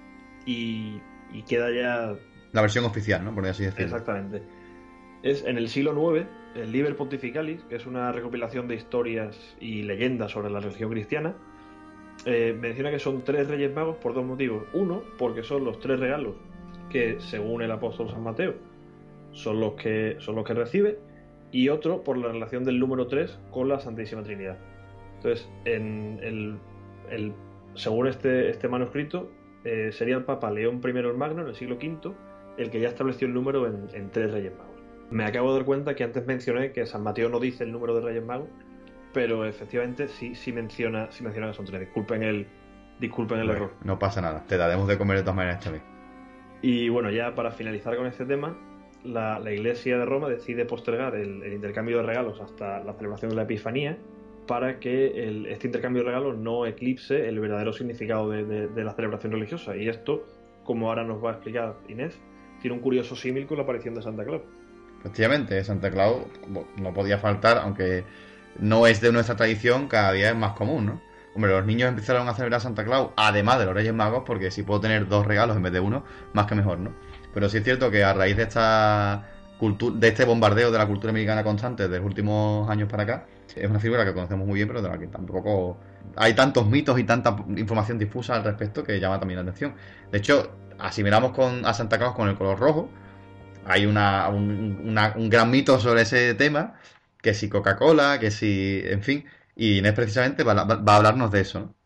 y, y queda ya... La versión oficial, ¿no? Por así decirlo. Exactamente. Es en el siglo noveno, el Liber Pontificalis, que es una recopilación de historias y leyendas sobre la religión cristiana, eh, menciona que son tres Reyes Magos por dos motivos. Uno, porque son los tres regalos que, según el apóstol San Mateo, son los que, son los que recibe, y otro por la relación del número tres con la Santísima Trinidad. Entonces, en el, el, según este, este manuscrito, eh, sería el Papa León primero el Magno, en el siglo quinto, el que ya estableció el número en, en tres Reyes Magos. Me acabo de dar cuenta que antes mencioné que San Mateo no dice el número de Reyes Magos, pero efectivamente sí, sí, menciona, sí menciona que son tres. Disculpen el, disculpen el bueno, error. No pasa nada, te daremos de comer de todas maneras esta vez. Y bueno, ya para finalizar con este tema, la, la Iglesia de Roma decide postergar el, el intercambio de regalos hasta la celebración de la Epifanía, para que el, este intercambio de regalos no eclipse el verdadero significado de, de, de la celebración religiosa. Y esto, como ahora nos va a explicar Inés, tiene un curioso símil con la aparición de Santa Claus. Efectivamente, Santa Claus no podía faltar, aunque no es de nuestra tradición, cada día es más común, ¿no? Hombre, los niños empezaron a celebrar a Santa Claus, además de los Reyes Magos, porque si puedo tener dos regalos en vez de uno, más que mejor, ¿no? Pero sí es cierto que a raíz de esta cultura, de este bombardeo de la cultura americana constante de los últimos años para acá, es una figura que conocemos muy bien, pero de la que tampoco hay tantos mitos y tanta información difusa al respecto que llama también la atención. De hecho, asimilamos con, a Santa Claus con el color rojo. Hay una, un, una, un gran mito sobre ese tema, que si Coca-Cola, que si, en fin, y Inés precisamente va, va a hablarnos de eso, ¿no?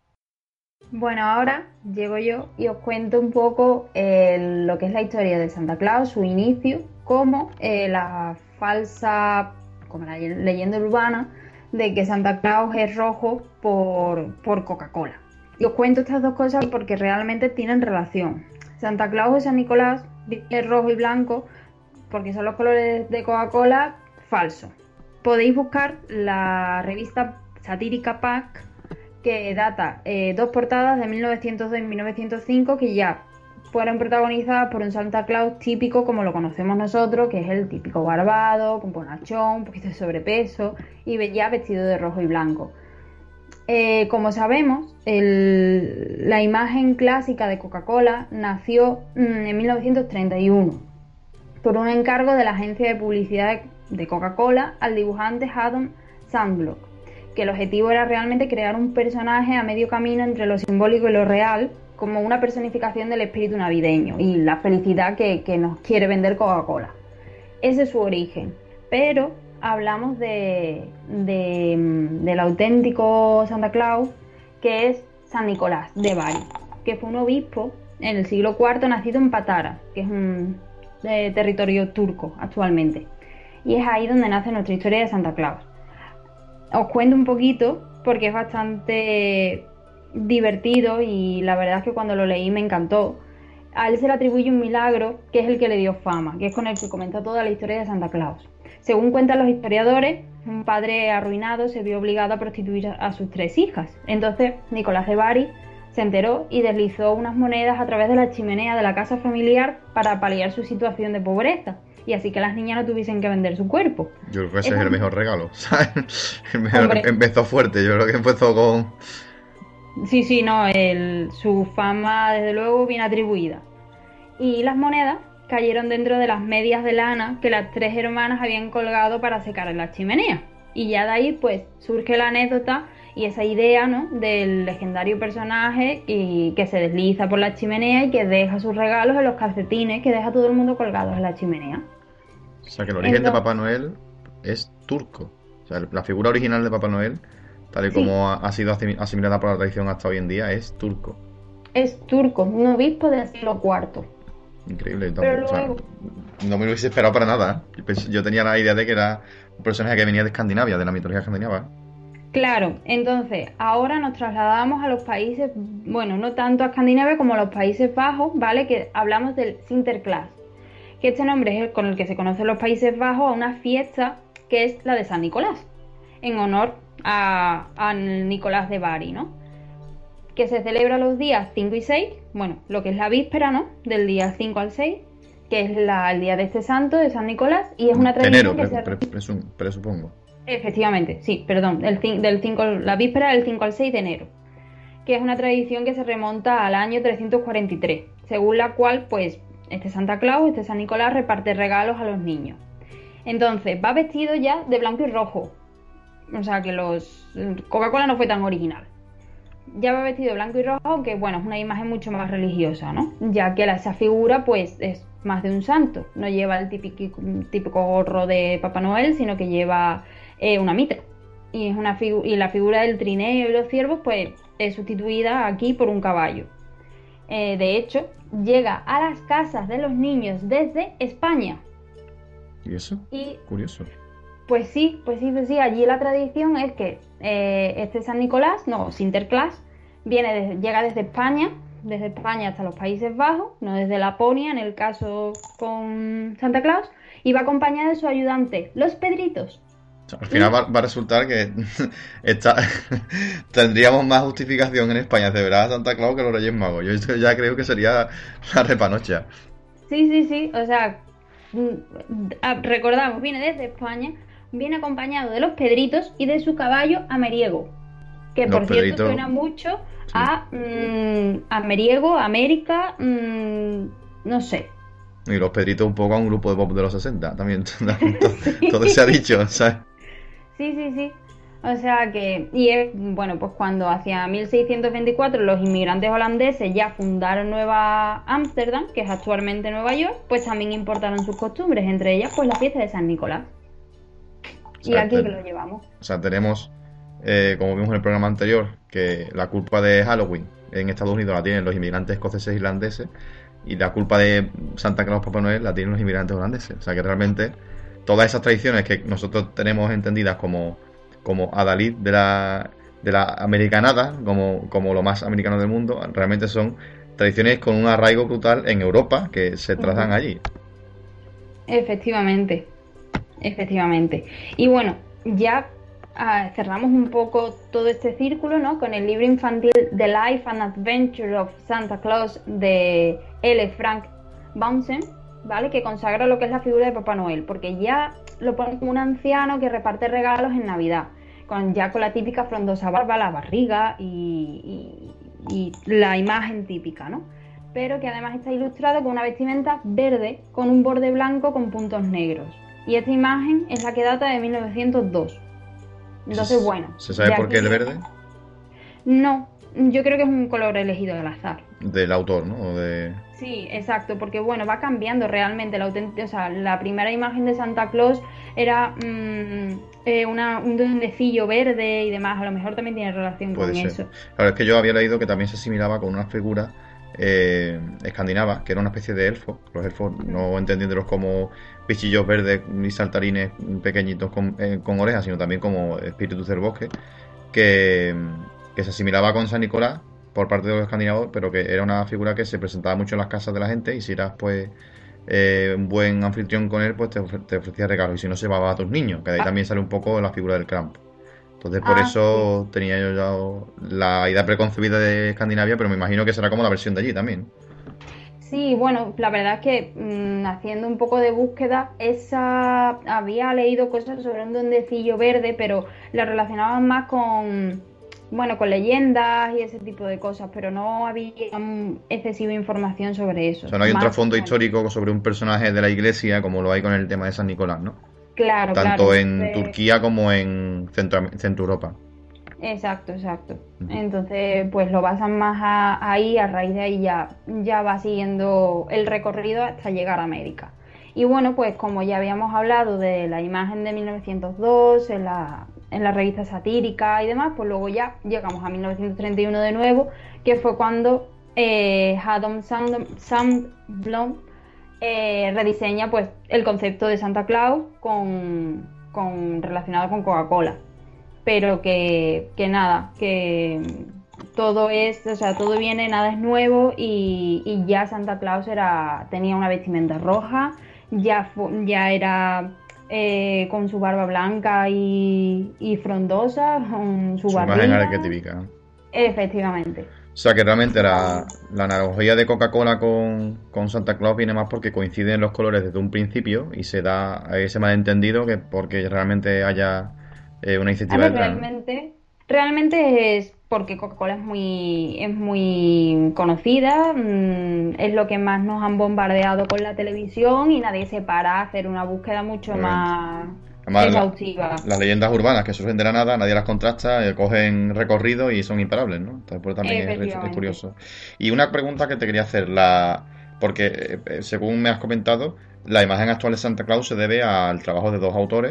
Bueno, ahora llego yo y os cuento un poco eh, lo que es la historia de Santa Claus, su inicio, como eh, la falsa, como la leyenda urbana de que Santa Claus es rojo por, por Coca-Cola. Y os cuento estas dos cosas porque realmente tienen relación. Santa Claus y San Nicolás es rojo y blanco porque son los colores de Coca-Cola, falso. Podéis buscar la revista satírica Pack, que data eh, dos portadas de mil novecientos dos y mil novecientos cinco, que ya fueron protagonizadas por un Santa Claus típico como lo conocemos nosotros, que es el típico barbado, con bonachón, un poquito de sobrepeso y ya vestido de rojo y blanco. Eh, como sabemos, el, la imagen clásica de Coca-Cola nació mm, en mil novecientos treinta y uno por un encargo de la agencia de publicidad de Coca-Cola al dibujante Haddon Sandblock, que el objetivo era realmente crear un personaje a medio camino entre lo simbólico y lo real, como una personificación del espíritu navideño y la felicidad que, que nos quiere vender Coca-Cola. Ese es su origen, pero hablamos de, de, del auténtico Santa Claus, que es San Nicolás de Bari, que fue un obispo en el siglo cuarto nacido en Patara, que es un eh, territorio turco actualmente, y es ahí donde nace nuestra historia de Santa Claus. Os cuento un poquito porque es bastante divertido y la verdad es que cuando lo leí me encantó. A él se le atribuye un milagro que es el que le dio fama, que es con el que comenzó toda la historia de Santa Claus. Según cuentan los historiadores, un padre arruinado se vio obligado a prostituir a sus tres hijas. Entonces Nicolás de Bari se enteró y deslizó unas monedas a través de la chimenea de la casa familiar para paliar su situación de pobreza, y así que las niñas no tuviesen que vender su cuerpo. Yo creo que ese Esa- es el mejor regalo, ¿sabes? El mejor- Hombre. empezó fuerte, yo creo que empezó con... Sí, sí, no, el, su fama desde luego bien atribuida. Y las monedas cayeron dentro de las medias de lana que las tres hermanas habían colgado para secar en la chimenea. Y ya de ahí pues surge la anécdota y esa idea, ¿no?, del legendario personaje y que se desliza por la chimenea y que deja sus regalos en los calcetines que deja todo el mundo colgados en la chimenea. O sea, que el origen de Entonces- Papá Noel es turco. O sea, la figura original de Papá Noel, tal y Sí. como ha, ha sido asim- asimilada por la tradición hasta hoy en día, es turco. Es turco, un obispo del siglo cuarto. Increíble. Pero tampoco- o sea, luego- no me lo hubiese esperado para nada. ¿eh? Yo, pens- yo tenía la idea de que era un personaje que venía de Escandinavia, de la mitología escandinava. Claro, entonces ahora nos trasladamos a los países, bueno, no tanto a Escandinavia como a los Países Bajos, ¿vale? Que hablamos del Sinterklaas, que este nombre es el con el que se conoce en los Países Bajos a una fiesta que es la de San Nicolás, en honor a, a Nicolás de Bari, ¿no? Que se celebra los días cinco y seis, bueno, lo que es la víspera, ¿no?, del día cinco al seis, que es la- el día de este santo, de San Nicolás, y es una De tradición enero, que pre- se... pre- presum- presupongo. Efectivamente, sí, perdón, el cin- del cinco, la víspera del cinco al seis de enero, que es una tradición que se remonta al año trescientos cuarenta y tres, según la cual, pues, este Santa Claus, este San Nicolás, reparte regalos a los niños. Entonces, va vestido ya de blanco y rojo, o sea que los Coca-Cola no fue tan original. Ya va vestido de blanco y rojo, aunque bueno, es una imagen mucho más religiosa, ¿no? Ya que la- esa figura, pues, es más de un santo. No lleva el típico, típico gorro de Papá Noel, sino que lleva eh, una mitra. Y, es una figu- y la figura del trineo y los ciervos, pues, es sustituida aquí por un caballo. Eh, de hecho, llega a las casas de los niños desde España. ¿Y eso? Y Curioso. pues sí, pues sí, pues sí, allí la tradición es que eh, este San Nicolás, no, Sinterklaas, viene desde- llega desde España, desde España hasta los Países Bajos, no desde Laponia en el caso con Santa Claus, y va acompañado de su ayudante, los Pedritos. O sea, al final va, va a resultar que esta- tendríamos más justificación en España de verdad a Santa Claus que los Reyes Magos. Yo esto ya creo que sería la repanocha. Sí, sí, sí, o sea, mm, ah, recordamos, viene desde España, viene acompañado de los Pedritos y de su caballo Ameriego, que Los por cierto Pedritos, suena mucho sí. a mm, Ameriego, América, mm, no sé. Y los Pedritos un poco a un grupo de pop de los sesenta. También todo, todo se ha dicho, ¿sabes? Sí, sí, sí. O sea que, y es, bueno, pues cuando hacia mil seiscientos veinticuatro los inmigrantes holandeses ya fundaron Nueva Ámsterdam, que es actualmente Nueva York, pues también importaron sus costumbres, entre ellas pues la fiesta de San Nicolás. Y sea, aquí te- que lo llevamos. O sea, tenemos, eh, como vimos en el programa anterior, que la culpa de Halloween en Estados Unidos la tienen los inmigrantes escoceses e irlandeses, y la culpa de Santa Claus Papá Noel la tienen los inmigrantes holandeses. O sea que realmente todas esas tradiciones que nosotros tenemos entendidas como, como adalid de la, de la americanada, como, como lo más americano del mundo, realmente son tradiciones con un arraigo brutal en Europa que se trasladan Ujú. allí. Efectivamente, efectivamente. Y bueno, ya ah, cerramos un poco todo este círculo, ¿no?, con el libro infantil The Life and Adventure of Santa Claus de L. Frank Baumsen, ¿vale?, que consagra lo que es la figura de Papá Noel, porque ya lo pone como un anciano que reparte regalos en Navidad, con, ya con la típica frondosa barba, la barriga y, y- y la imagen típica, ¿no? Pero que además está ilustrado con una vestimenta verde con un borde blanco con puntos negros. Y esta imagen es la que data de mil novecientos dos. Entonces, bueno. ¿Se sabe de por qué aquí- el verde? No, yo creo que es un color elegido al azar. Del autor, ¿no? O de... Sí, exacto, porque bueno, va cambiando realmente. La, autent- o sea, la primera imagen de Santa Claus era mm, eh, una, un duendecillo verde y demás. A lo mejor también tiene relación Puede con ser. eso. Claro, es que yo había leído que también se asimilaba con una figura eh, escandinava, que era una especie de elfo. Los elfos, no entendiéndolos como bichillos verdes y saltarines pequeñitos con, eh, con orejas, sino también como espíritus del bosque, que, que se asimilaba con San Nicolás por parte de los escandinavos, pero que era una figura que se presentaba mucho en las casas de la gente, y si eras pues eh, un buen anfitrión con él, pues te, ofre- te ofrecía regalos. Y si no, se llevaba a tus niños, que de ahí Ah, también sale un poco la figura del Krampus. Entonces, por ah, sí. eso tenía yo ya la idea preconcebida de Escandinavia, pero me imagino que será como la versión de allí también. Sí, bueno, la verdad es que mm, haciendo un poco de búsqueda, esa había leído cosas sobre un duendecillo verde, pero la relacionaban más con, bueno, con leyendas y ese tipo de cosas, pero no había mm, excesiva información sobre O eso. sea, no hay un Más, trasfondo bueno, histórico sobre un personaje de la iglesia como lo hay con el tema de San Nicolás, ¿no? claro, claro, Tanto en entonces Turquía como en Centro, Centro Europa. exacto, exacto. Ujú. Entonces, pues lo basan más a- ahí, a raíz de ahí ya, ya va siguiendo el recorrido hasta llegar a América. Y bueno, pues como ya habíamos hablado de la imagen de mil novecientos dos en la, en la revista satírica y demás, pues luego ya llegamos a mil novecientos treinta y uno de nuevo, que fue cuando eh, Haddon Sand- Sandblom eh, rediseña pues el concepto de Santa Claus con, con relacionado con Coca-Cola, pero que, que nada, que todo es, o sea, todo viene, nada es nuevo y, y ya Santa Claus era, tenía una vestimenta roja, ya, fu- ya era eh, con su barba blanca y, y frondosa, con su Su imagen barriga, arquetípica, ¿no? efectivamente. O sea que realmente la, la analogía de Coca-Cola con, con Santa Claus viene más porque coinciden los colores desde un principio y se da ese malentendido que porque realmente haya eh, una A iniciativa ver, detrás, ¿no? realmente, realmente es porque Coca-Cola es muy, es muy conocida, mm, es lo que más nos han bombardeado con la televisión y nadie se para a hacer una búsqueda mucho Obviamente. más Además, la- exhaustiva. las leyendas urbanas que surgen de la nada, nadie las contrasta, eh, cogen recorrido y son imparables, ¿no? Entonces, pues también es, es Efectivamente. curioso. Y una pregunta que te quería hacer, la porque eh, eh, según me has comentado, la imagen actual de Santa Claus se debe al trabajo de dos autores,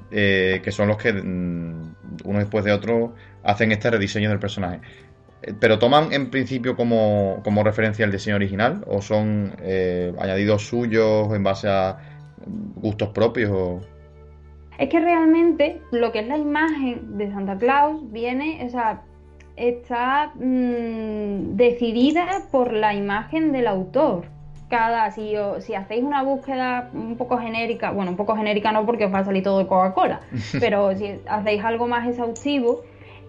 eh, que son los que, mm, uno después de otro, hacen este rediseño del personaje. Eh, ¿Pero toman en principio como, como referencia el diseño original o son eh, añadidos suyos en base a mm, gustos propios? O... Es que realmente lo que es la imagen de Santa Claus viene, o sea, está mm, decidida por la imagen del autor. Cada, si, o- si hacéis una búsqueda un poco genérica, bueno, un poco genérica no porque os va a salir todo de Coca-Cola, pero si hacéis algo más exhaustivo,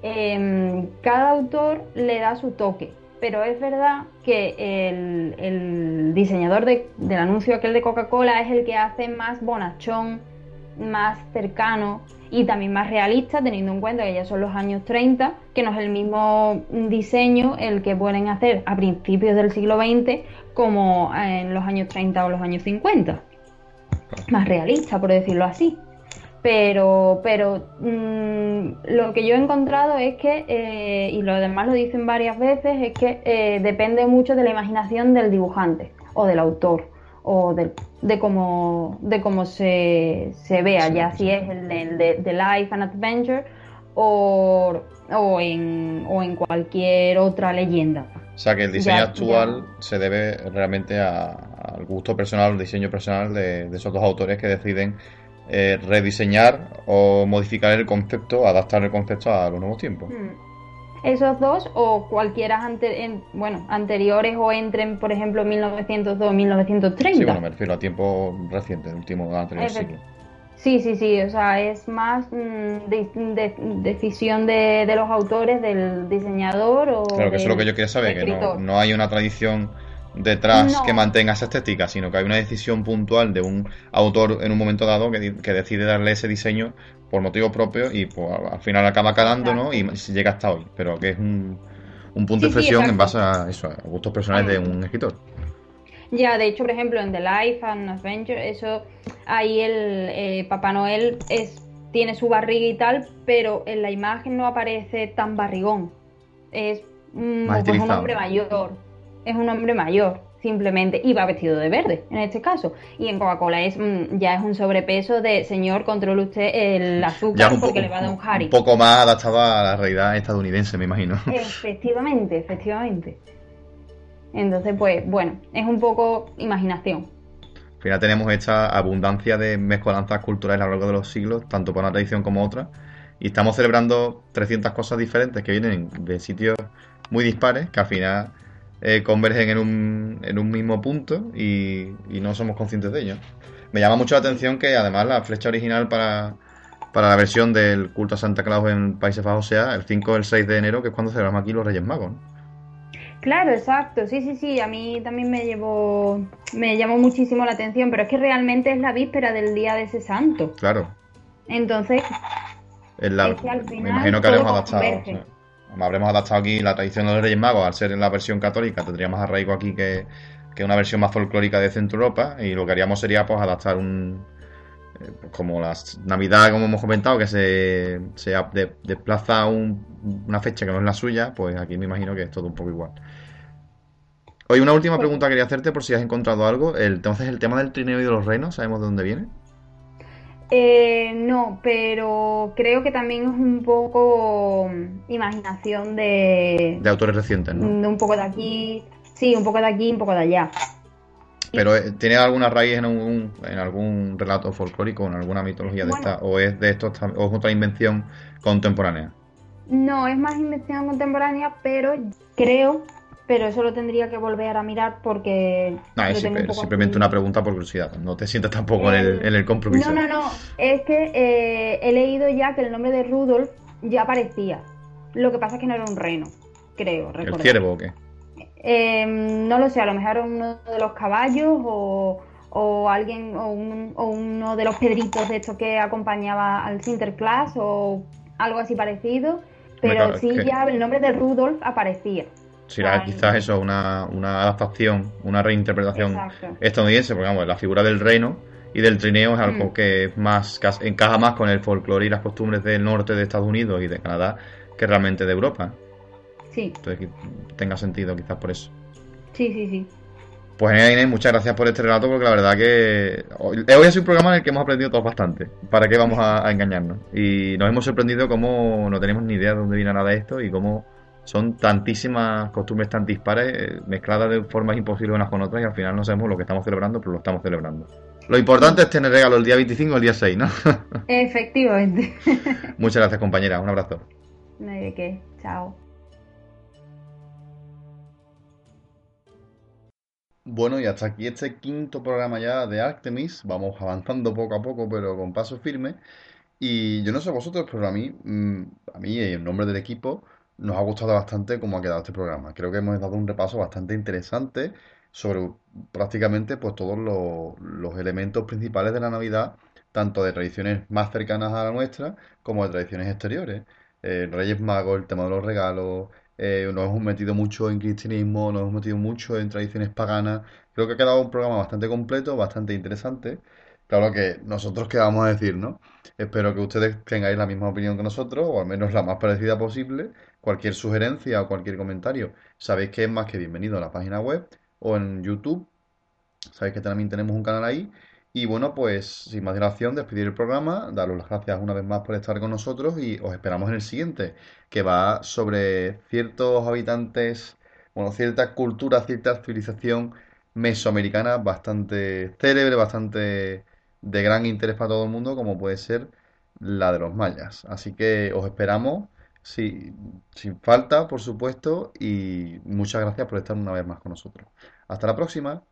em, cada autor le da su toque. Pero es verdad que el, el diseñador de- del anuncio aquel de Coca-Cola es el que hace más bonachón, más cercano y también más realista, teniendo en cuenta que ya son los años treinta, que no es el mismo diseño el que pueden hacer a principios del siglo veinte como en los años treinta o los años cincuenta. Más realista, por decirlo así. Pero, pero mmm, lo que yo he encontrado es que, eh, y lo demás lo dicen varias veces, es que eh, depende mucho de la imaginación del dibujante o del autor o de, de cómo, de cómo se, se vea, Se ya si es representa. el, el de, de Life and Adventure o, o, en, o en cualquier otra leyenda. O sea que el diseño Ya, ya. actual se debe realmente a- al gusto personal, al diseño personal de, de esos dos autores que deciden eh, rediseñar o modificar el concepto, adaptar el concepto a los nuevos tiempos. Hmm. Esos dos o cualquiera ante, en, bueno, anteriores o entren, por ejemplo, mil novecientos dos, Sí, bueno, mil novecientos treinta. me refiero a tiempo reciente, el último anterior Efe- siglo. Sí, sí, sí, o sea, es más mm, de- de- decisión de, de los autores, del diseñador o Claro que eso es lo que del yo quería saber, que no, escritor. no hay una tradición detrás que No, mantenga esa estética, sino que hay una decisión puntual de un autor en un momento dado que, di- que decide darle ese diseño por motivos propios y pues, al al final acaba calando, ¿no? Y exacto. se llega hasta hoy, pero que es un, un punto de Sí, sí, inflexión en base exacto. a eso, a gustos personales de un escritor. Ya, de hecho, por ejemplo, en The Life and Adventure, eso, ahí el eh, Papá Noel es, tiene su barriga y tal, pero en la imagen no aparece tan barrigón. Es, Más mm, pues un estilizado, hombre ¿no? mayor, es un hombre mayor, simplemente, y va vestido de verde, en este caso. Y en Coca-Cola es, mm, ya es un sobrepeso de, señor, controle usted el Ya es azúcar un, po- porque le va a dar un un Harry. poco más adaptado a la realidad estadounidense, me imagino. Efectivamente, efectivamente. Entonces, pues, bueno, es un poco imaginación. Al final tenemos esta abundancia de mezcolanzas culturales a lo largo de los siglos, tanto por una tradición como otra, y estamos celebrando trescientas cosas diferentes que vienen de sitios muy dispares, que al final eh, convergen en un, en un mismo punto y, y no somos conscientes de ello. Me llama mucho la atención que además la fecha original para, para la versión del culto a Santa Claus en Países Bajos sea el cinco o el seis de enero, que es cuando celebramos aquí los Reyes Magos, ¿no? Claro, exacto, sí, sí, sí, a mí también me llevó, me llamó muchísimo la atención, pero es que realmente es la víspera del día de ese santo. Claro. Entonces, Es la, es que al me final imagino que todo habremos adaptado, o converge. sea, como habremos adaptado aquí la tradición de los Reyes Magos, al ser en la versión católica, tendría más arraigo aquí que, que una versión más folclórica de Centro Europa, y lo que haríamos sería pues adaptar un, eh, pues, como la Navidad, como hemos comentado, que se, se de- desplaza un- una fecha que no es la suya, pues aquí me imagino que es todo un poco igual. Oye, una última Pues, pregunta quería hacerte por si has encontrado algo. El- entonces, el tema del trineo y de los reinos, ¿sabemos de dónde viene? eh, no, pero creo que también es un poco mm, imaginación de, De autores recientes, ¿no? de un poco de aquí, sí, un poco de aquí, un poco de allá. Pero eh, ¿tiene alguna raíz en algún, en algún relato folclórico, en alguna mitología de esta? Bueno, ¿O es de estos tam- o es otra invención contemporánea? no, es más invención contemporánea, pero creo, pero eso lo tendría que volver a mirar porque No, es lo tengo un simple- poco simplemente una así. pregunta por curiosidad. No te sientas tampoco en el, en El- el No, compromiso. no, no, es que eh, he leído ya que el nombre de Rudolf ya aparecía. Lo que pasa es que no era un reno, creo, ¿El recordar. ciervo o qué? Eh, no lo sé, a lo mejor era uno de los caballos o, o alguien o, un- o uno de los pedritos de estos que acompañaba al Sinterklaas o algo así parecido, Me pero ca- es sí que ya el nombre de Rudolf aparecía. O será sea, quizás en- eso, una, una adaptación, una reinterpretación exacto. estadounidense, porque vamos, la figura del reino y del trineo es algo Mm, que es más cas- encaja más con el folclore y las costumbres del norte de Estados Unidos y de Canadá que realmente de Europa. sí, Entonces, que tenga sentido quizás por eso. sí, sí, sí. Pues genial, Inés, muchas gracias por este relato, porque la verdad que hoy hoy ha sido un programa en el que hemos aprendido todos bastante. ¿Para qué vamos a, a engañarnos? Y nos hemos sorprendido cómo no tenemos ni idea de dónde viene nada de esto y cómo son tantísimas costumbres tan dispares, eh, mezcladas de formas imposibles unas con otras y al final no sabemos lo que estamos celebrando, pero lo estamos celebrando. Lo importante Mm, es tener regalo el día veinticinco o el día seis, ¿no? efectivamente. Muchas gracias, compañera. Un abrazo. No hay de qué. Chao. Bueno, y hasta aquí este quinto programa ya de Artemis. Vamos avanzando poco a poco, pero con paso firme. Y yo no sé vosotros, pero a mí, mm, a mí y en nombre del equipo, nos ha gustado bastante cómo ha quedado este programa. Creo que hemos dado un repaso bastante interesante sobre prácticamente pues todos los, los elementos principales de la Navidad, tanto de tradiciones más cercanas a la nuestra como de tradiciones exteriores. Eh, Reyes Magos, el tema de los regalos, eh, nos hemos metido mucho en cristianismo, nos hemos metido mucho en tradiciones paganas. Creo que ha quedado un programa bastante completo, bastante interesante. Claro que nosotros qué vamos a decir, ¿no? Espero que ustedes tengáis la misma opinión que nosotros, o al menos la más parecida posible. Cualquier sugerencia o cualquier comentario, sabéis que es más que bienvenido a la página web o en YouTube. Sabéis que también tenemos un canal ahí. Y bueno, pues sin más dilación, despedir el programa, daros las gracias una vez más por estar con nosotros y os esperamos en el siguiente, que va sobre ciertos habitantes, bueno, cierta cultura, cierta civilización mesoamericana bastante célebre, bastante de gran interés para todo el mundo, como puede ser la de los mayas. Así que os esperamos, sí, sin falta, por supuesto, y muchas gracias por estar una vez más con nosotros. Hasta la próxima.